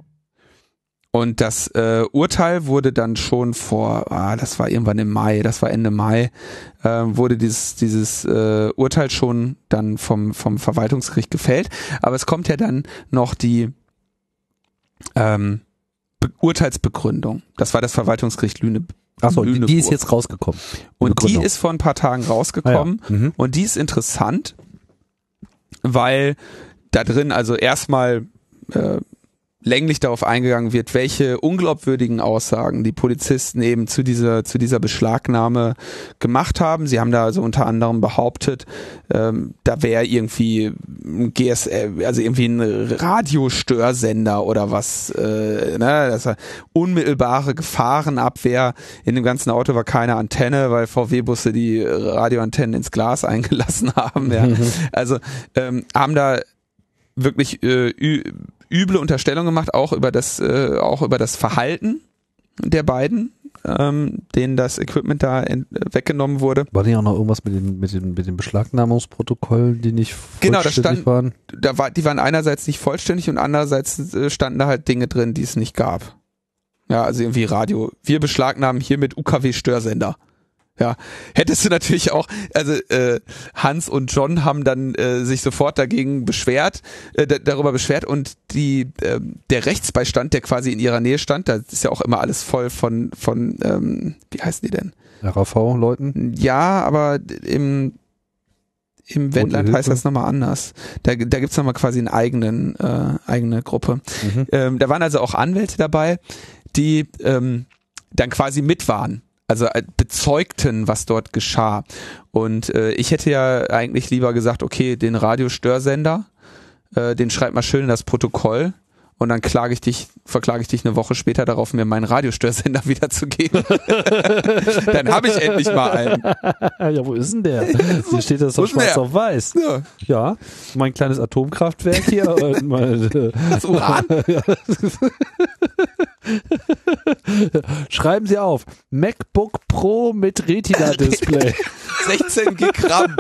Und das äh, Urteil wurde dann schon vor, ah, das war irgendwann im Mai, das war Ende Mai, äh, wurde dieses dieses äh, Urteil schon dann vom vom Verwaltungsgericht gefällt. Aber es kommt ja dann noch die ähm, Be- Urteilsbegründung. Das war das Verwaltungsgericht Lüne. Achso, die, die ist jetzt rausgekommen. Und die ist vor ein paar Tagen rausgekommen. Ah, ja. Mhm. Und die ist interessant, weil da drin also erstmal äh, länglich darauf eingegangen wird, welche unglaubwürdigen Aussagen die Polizisten eben zu dieser zu dieser Beschlagnahme gemacht haben. Sie haben da also unter anderem behauptet, ähm, da wäre irgendwie ein G S L, also irgendwie ein Radiostörsender oder was, äh, ne, das war unmittelbare Gefahrenabwehr. In dem ganzen Auto war keine Antenne, weil V W-Busse die Radioantennen ins Glas eingelassen haben. Ja. Also ähm, haben da wirklich äh, ü- üble Unterstellungen gemacht, auch über das, äh, auch über das Verhalten der beiden, ähm, denen das Equipment da ent- weggenommen wurde. War nicht auch noch irgendwas mit den, mit den, mit den Beschlagnahmungsprotokollen, die nicht Genau, vollständig das stand, waren? Da war, die waren einerseits nicht vollständig und andererseits äh, standen da halt Dinge drin, die es nicht gab. Ja, also irgendwie Radio. Wir beschlagnahmen hiermit U K W-Störsender. Ja, hättest du natürlich auch, also äh, Hans und John haben dann äh, sich sofort dagegen beschwert, äh, d- darüber beschwert und die äh, der Rechtsbeistand, der quasi in ihrer Nähe stand, da ist ja auch immer alles voll von von ähm, wie heißen die denn? R A V-Leuten? Ja, aber im im Wendland Hilfe? heißt das nochmal anders. Da, da gibt's nochmal quasi eine eigenen, äh, eigene Gruppe. Mhm. Ähm, da waren also auch Anwälte dabei, die ähm, dann quasi mit waren. Also bezeugten, was dort geschah. Und äh, ich hätte ja eigentlich lieber gesagt, okay, den Radiostörsender, äh, den schreib mal schön in das Protokoll und dann klage ich dich, verklage ich dich eine Woche später darauf, mir meinen Radiostörsender wiederzugeben. Dann habe ich endlich mal einen. Ja, wo ist denn der? Hier steht das doch schwarz auf weiß. Ja. Ja, mein kleines Atomkraftwerk hier. Und mein, Das Uran? Schreiben Sie auf, MacBook Pro mit Retina-Display. sechzehn Gigramm.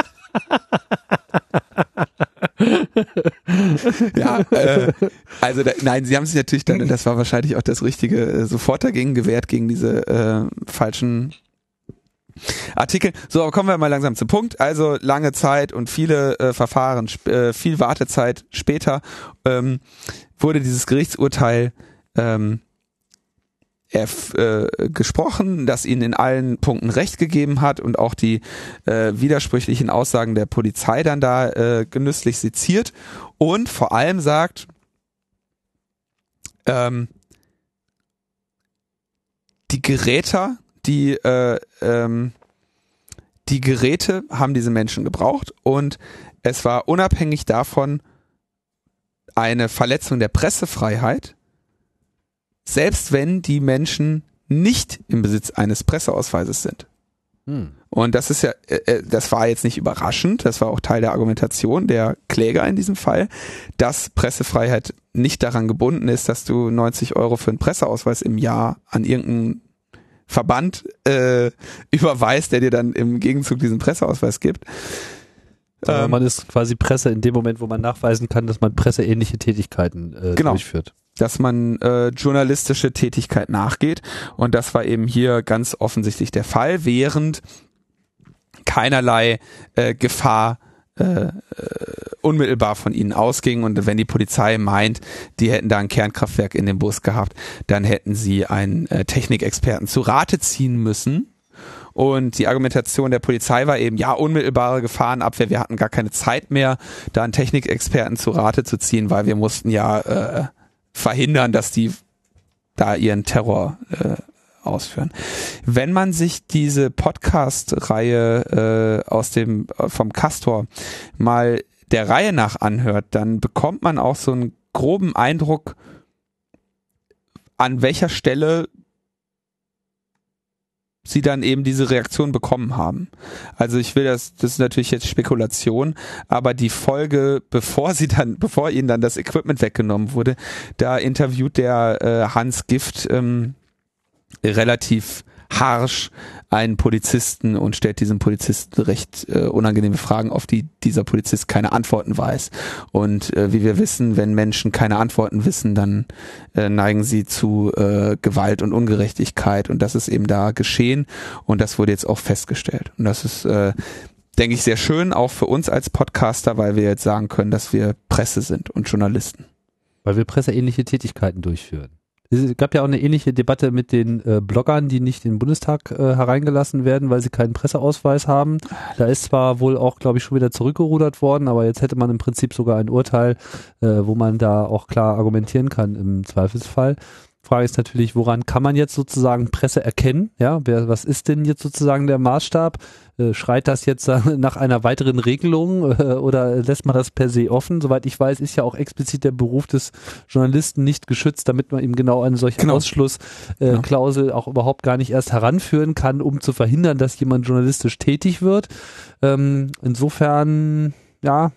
Ja, äh, also da, nein, sie haben sich natürlich dann, das war wahrscheinlich auch das Richtige, äh, sofort dagegen gewehrt, gegen diese äh, falschen Artikel, so, aber kommen wir mal langsam zum Punkt. Also lange Zeit und viele äh, Verfahren, äh, viel Wartezeit später ähm, wurde dieses Gerichtsurteil ähm, erf, äh, gesprochen, das ihnen in allen Punkten Recht gegeben hat und auch die äh, widersprüchlichen Aussagen der Polizei dann da äh, genüsslich seziert und vor allem sagt, ähm, die Geräte, die äh, ähm, die Geräte haben diese Menschen gebraucht und es war unabhängig davon eine Verletzung der Pressefreiheit, selbst wenn die Menschen nicht im Besitz eines Presseausweises sind. Hm. Und das ist ja, äh, das war jetzt nicht überraschend, das war auch Teil der Argumentation der Kläger in diesem Fall, dass Pressefreiheit nicht daran gebunden ist, dass du neunzig Euro für einen Presseausweis im Jahr an irgendeinen Verband äh, überweist, der dir dann im Gegenzug diesen Presseausweis gibt. Ähm, man ist quasi Presse in dem Moment, wo man nachweisen kann, dass man presseähnliche Tätigkeiten äh, genau. durchführt. Dass man äh, journalistische Tätigkeit nachgeht und das war eben hier ganz offensichtlich der Fall, während keinerlei äh, Gefahr äh, unmittelbar von ihnen ausging und wenn die Polizei meint, die hätten da ein Kernkraftwerk in dem Bus gehabt, dann hätten sie einen äh, Technikexperten zu Rate ziehen müssen. Und die Argumentation der Polizei war eben, ja, unmittelbare Gefahrenabwehr, wir hatten gar keine Zeit mehr, da einen Technikexperten zu Rate zu ziehen, weil wir mussten ja äh, verhindern, dass die da ihren Terror äh, ausführen. Wenn man sich diese Podcast-Reihe äh, aus dem vom Castor mal der Reihe nach anhört, dann bekommt man auch so einen groben Eindruck, an welcher Stelle sie dann eben diese Reaktion bekommen haben. Also ich will das, das ist natürlich jetzt Spekulation, aber die Folge, bevor sie dann, bevor ihnen dann das Equipment weggenommen wurde, da interviewt der äh, Hans Gift ähm, relativ harsch einen Polizisten und stellt diesem Polizisten recht äh, unangenehme Fragen, auf die dieser Polizist keine Antworten weiß. Und äh, wie wir wissen, wenn Menschen keine Antworten wissen, dann äh, neigen sie zu äh, Gewalt und Ungerechtigkeit und das ist eben da geschehen und das wurde jetzt auch festgestellt. Und das ist, äh, denke ich, sehr schön, auch für uns als Podcaster, weil wir jetzt sagen können, dass wir Presse sind und Journalisten. Weil wir presseähnliche Tätigkeiten durchführen. Es gab ja auch eine ähnliche Debatte mit den äh, Bloggern, die nicht in den Bundestag äh, hereingelassen werden, weil sie keinen Presseausweis haben. Da ist zwar wohl auch, glaube ich, schon wieder zurückgerudert worden, aber jetzt hätte man im Prinzip sogar ein Urteil, äh, wo man da auch klar argumentieren kann im Zweifelsfall. Frage ist natürlich, woran kann man jetzt sozusagen Presse erkennen? Ja, wer, was ist denn jetzt sozusagen der Maßstab? Äh, schreit das jetzt äh, nach einer weiteren Regelung äh, oder lässt man das per se offen? Soweit ich weiß, ist ja auch explizit der Beruf des Journalisten nicht geschützt, damit man eben genau eine solche genau. Ausschlussklausel äh, genau. auch überhaupt gar nicht erst heranführen kann, um zu verhindern, dass jemand journalistisch tätig wird. Ähm, insofern, ja,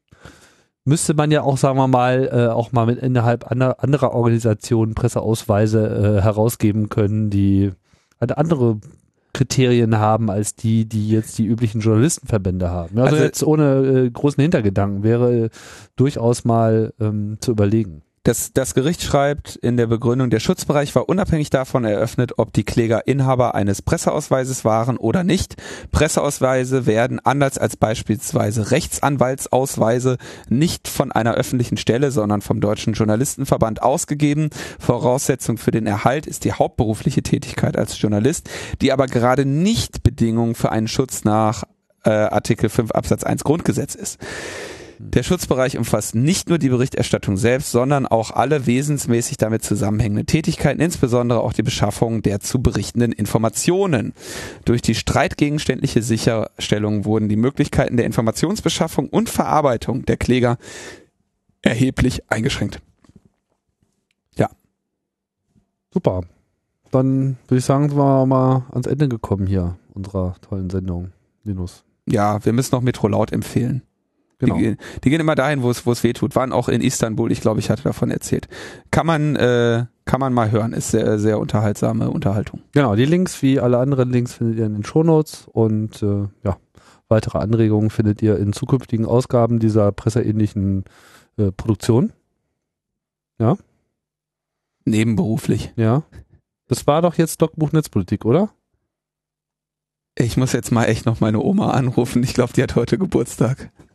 müsste man ja auch, sagen wir mal, äh, auch mal mit innerhalb anderer, anderer Organisationen Presseausweise äh, herausgeben können, die halt andere Kriterien haben als die, die jetzt die üblichen Journalistenverbände haben. Also, also jetzt ohne äh, großen Hintergedanken wäre äh, durchaus mal ähm, zu überlegen. Das, das Gericht schreibt in der Begründung, der Schutzbereich war unabhängig davon eröffnet, ob die Kläger Inhaber eines Presseausweises waren oder nicht. Presseausweise werden anders als beispielsweise Rechtsanwaltsausweise nicht von einer öffentlichen Stelle, sondern vom Deutschen Journalistenverband ausgegeben. Voraussetzung für den Erhalt ist die hauptberufliche Tätigkeit als Journalist, die aber gerade nicht Bedingung für einen Schutz nach äh, Artikel fünf Absatz eins Grundgesetz ist. Der Schutzbereich umfasst nicht nur die Berichterstattung selbst, sondern auch alle wesensmäßig damit zusammenhängenden Tätigkeiten, insbesondere auch die Beschaffung der zu berichtenden Informationen. Durch die streitgegenständliche Sicherstellung wurden die Möglichkeiten der Informationsbeschaffung und Verarbeitung der Kläger erheblich eingeschränkt. Ja. Super. Dann würde ich sagen, sind wir mal ans Ende gekommen hier unserer tollen Sendung, Linus. Ja, wir müssen noch Metro Laut empfehlen. Genau. Die, die gehen immer dahin, wo es wo es weh tut. Waren auch in Istanbul, ich glaube, ich hatte davon erzählt. Kann man äh, kann man mal hören, ist sehr sehr unterhaltsame Unterhaltung. Genau, die Links wie alle anderen Links findet ihr in den Shownotes und äh, ja, weitere Anregungen findet ihr in zukünftigen Ausgaben dieser presseähnlichen äh, Produktion. Ja? Nebenberuflich. Ja. Das war doch jetzt Logbuch Netzpolitik, oder? Ich muss jetzt mal echt noch meine Oma anrufen. Ich glaube, die hat heute Geburtstag.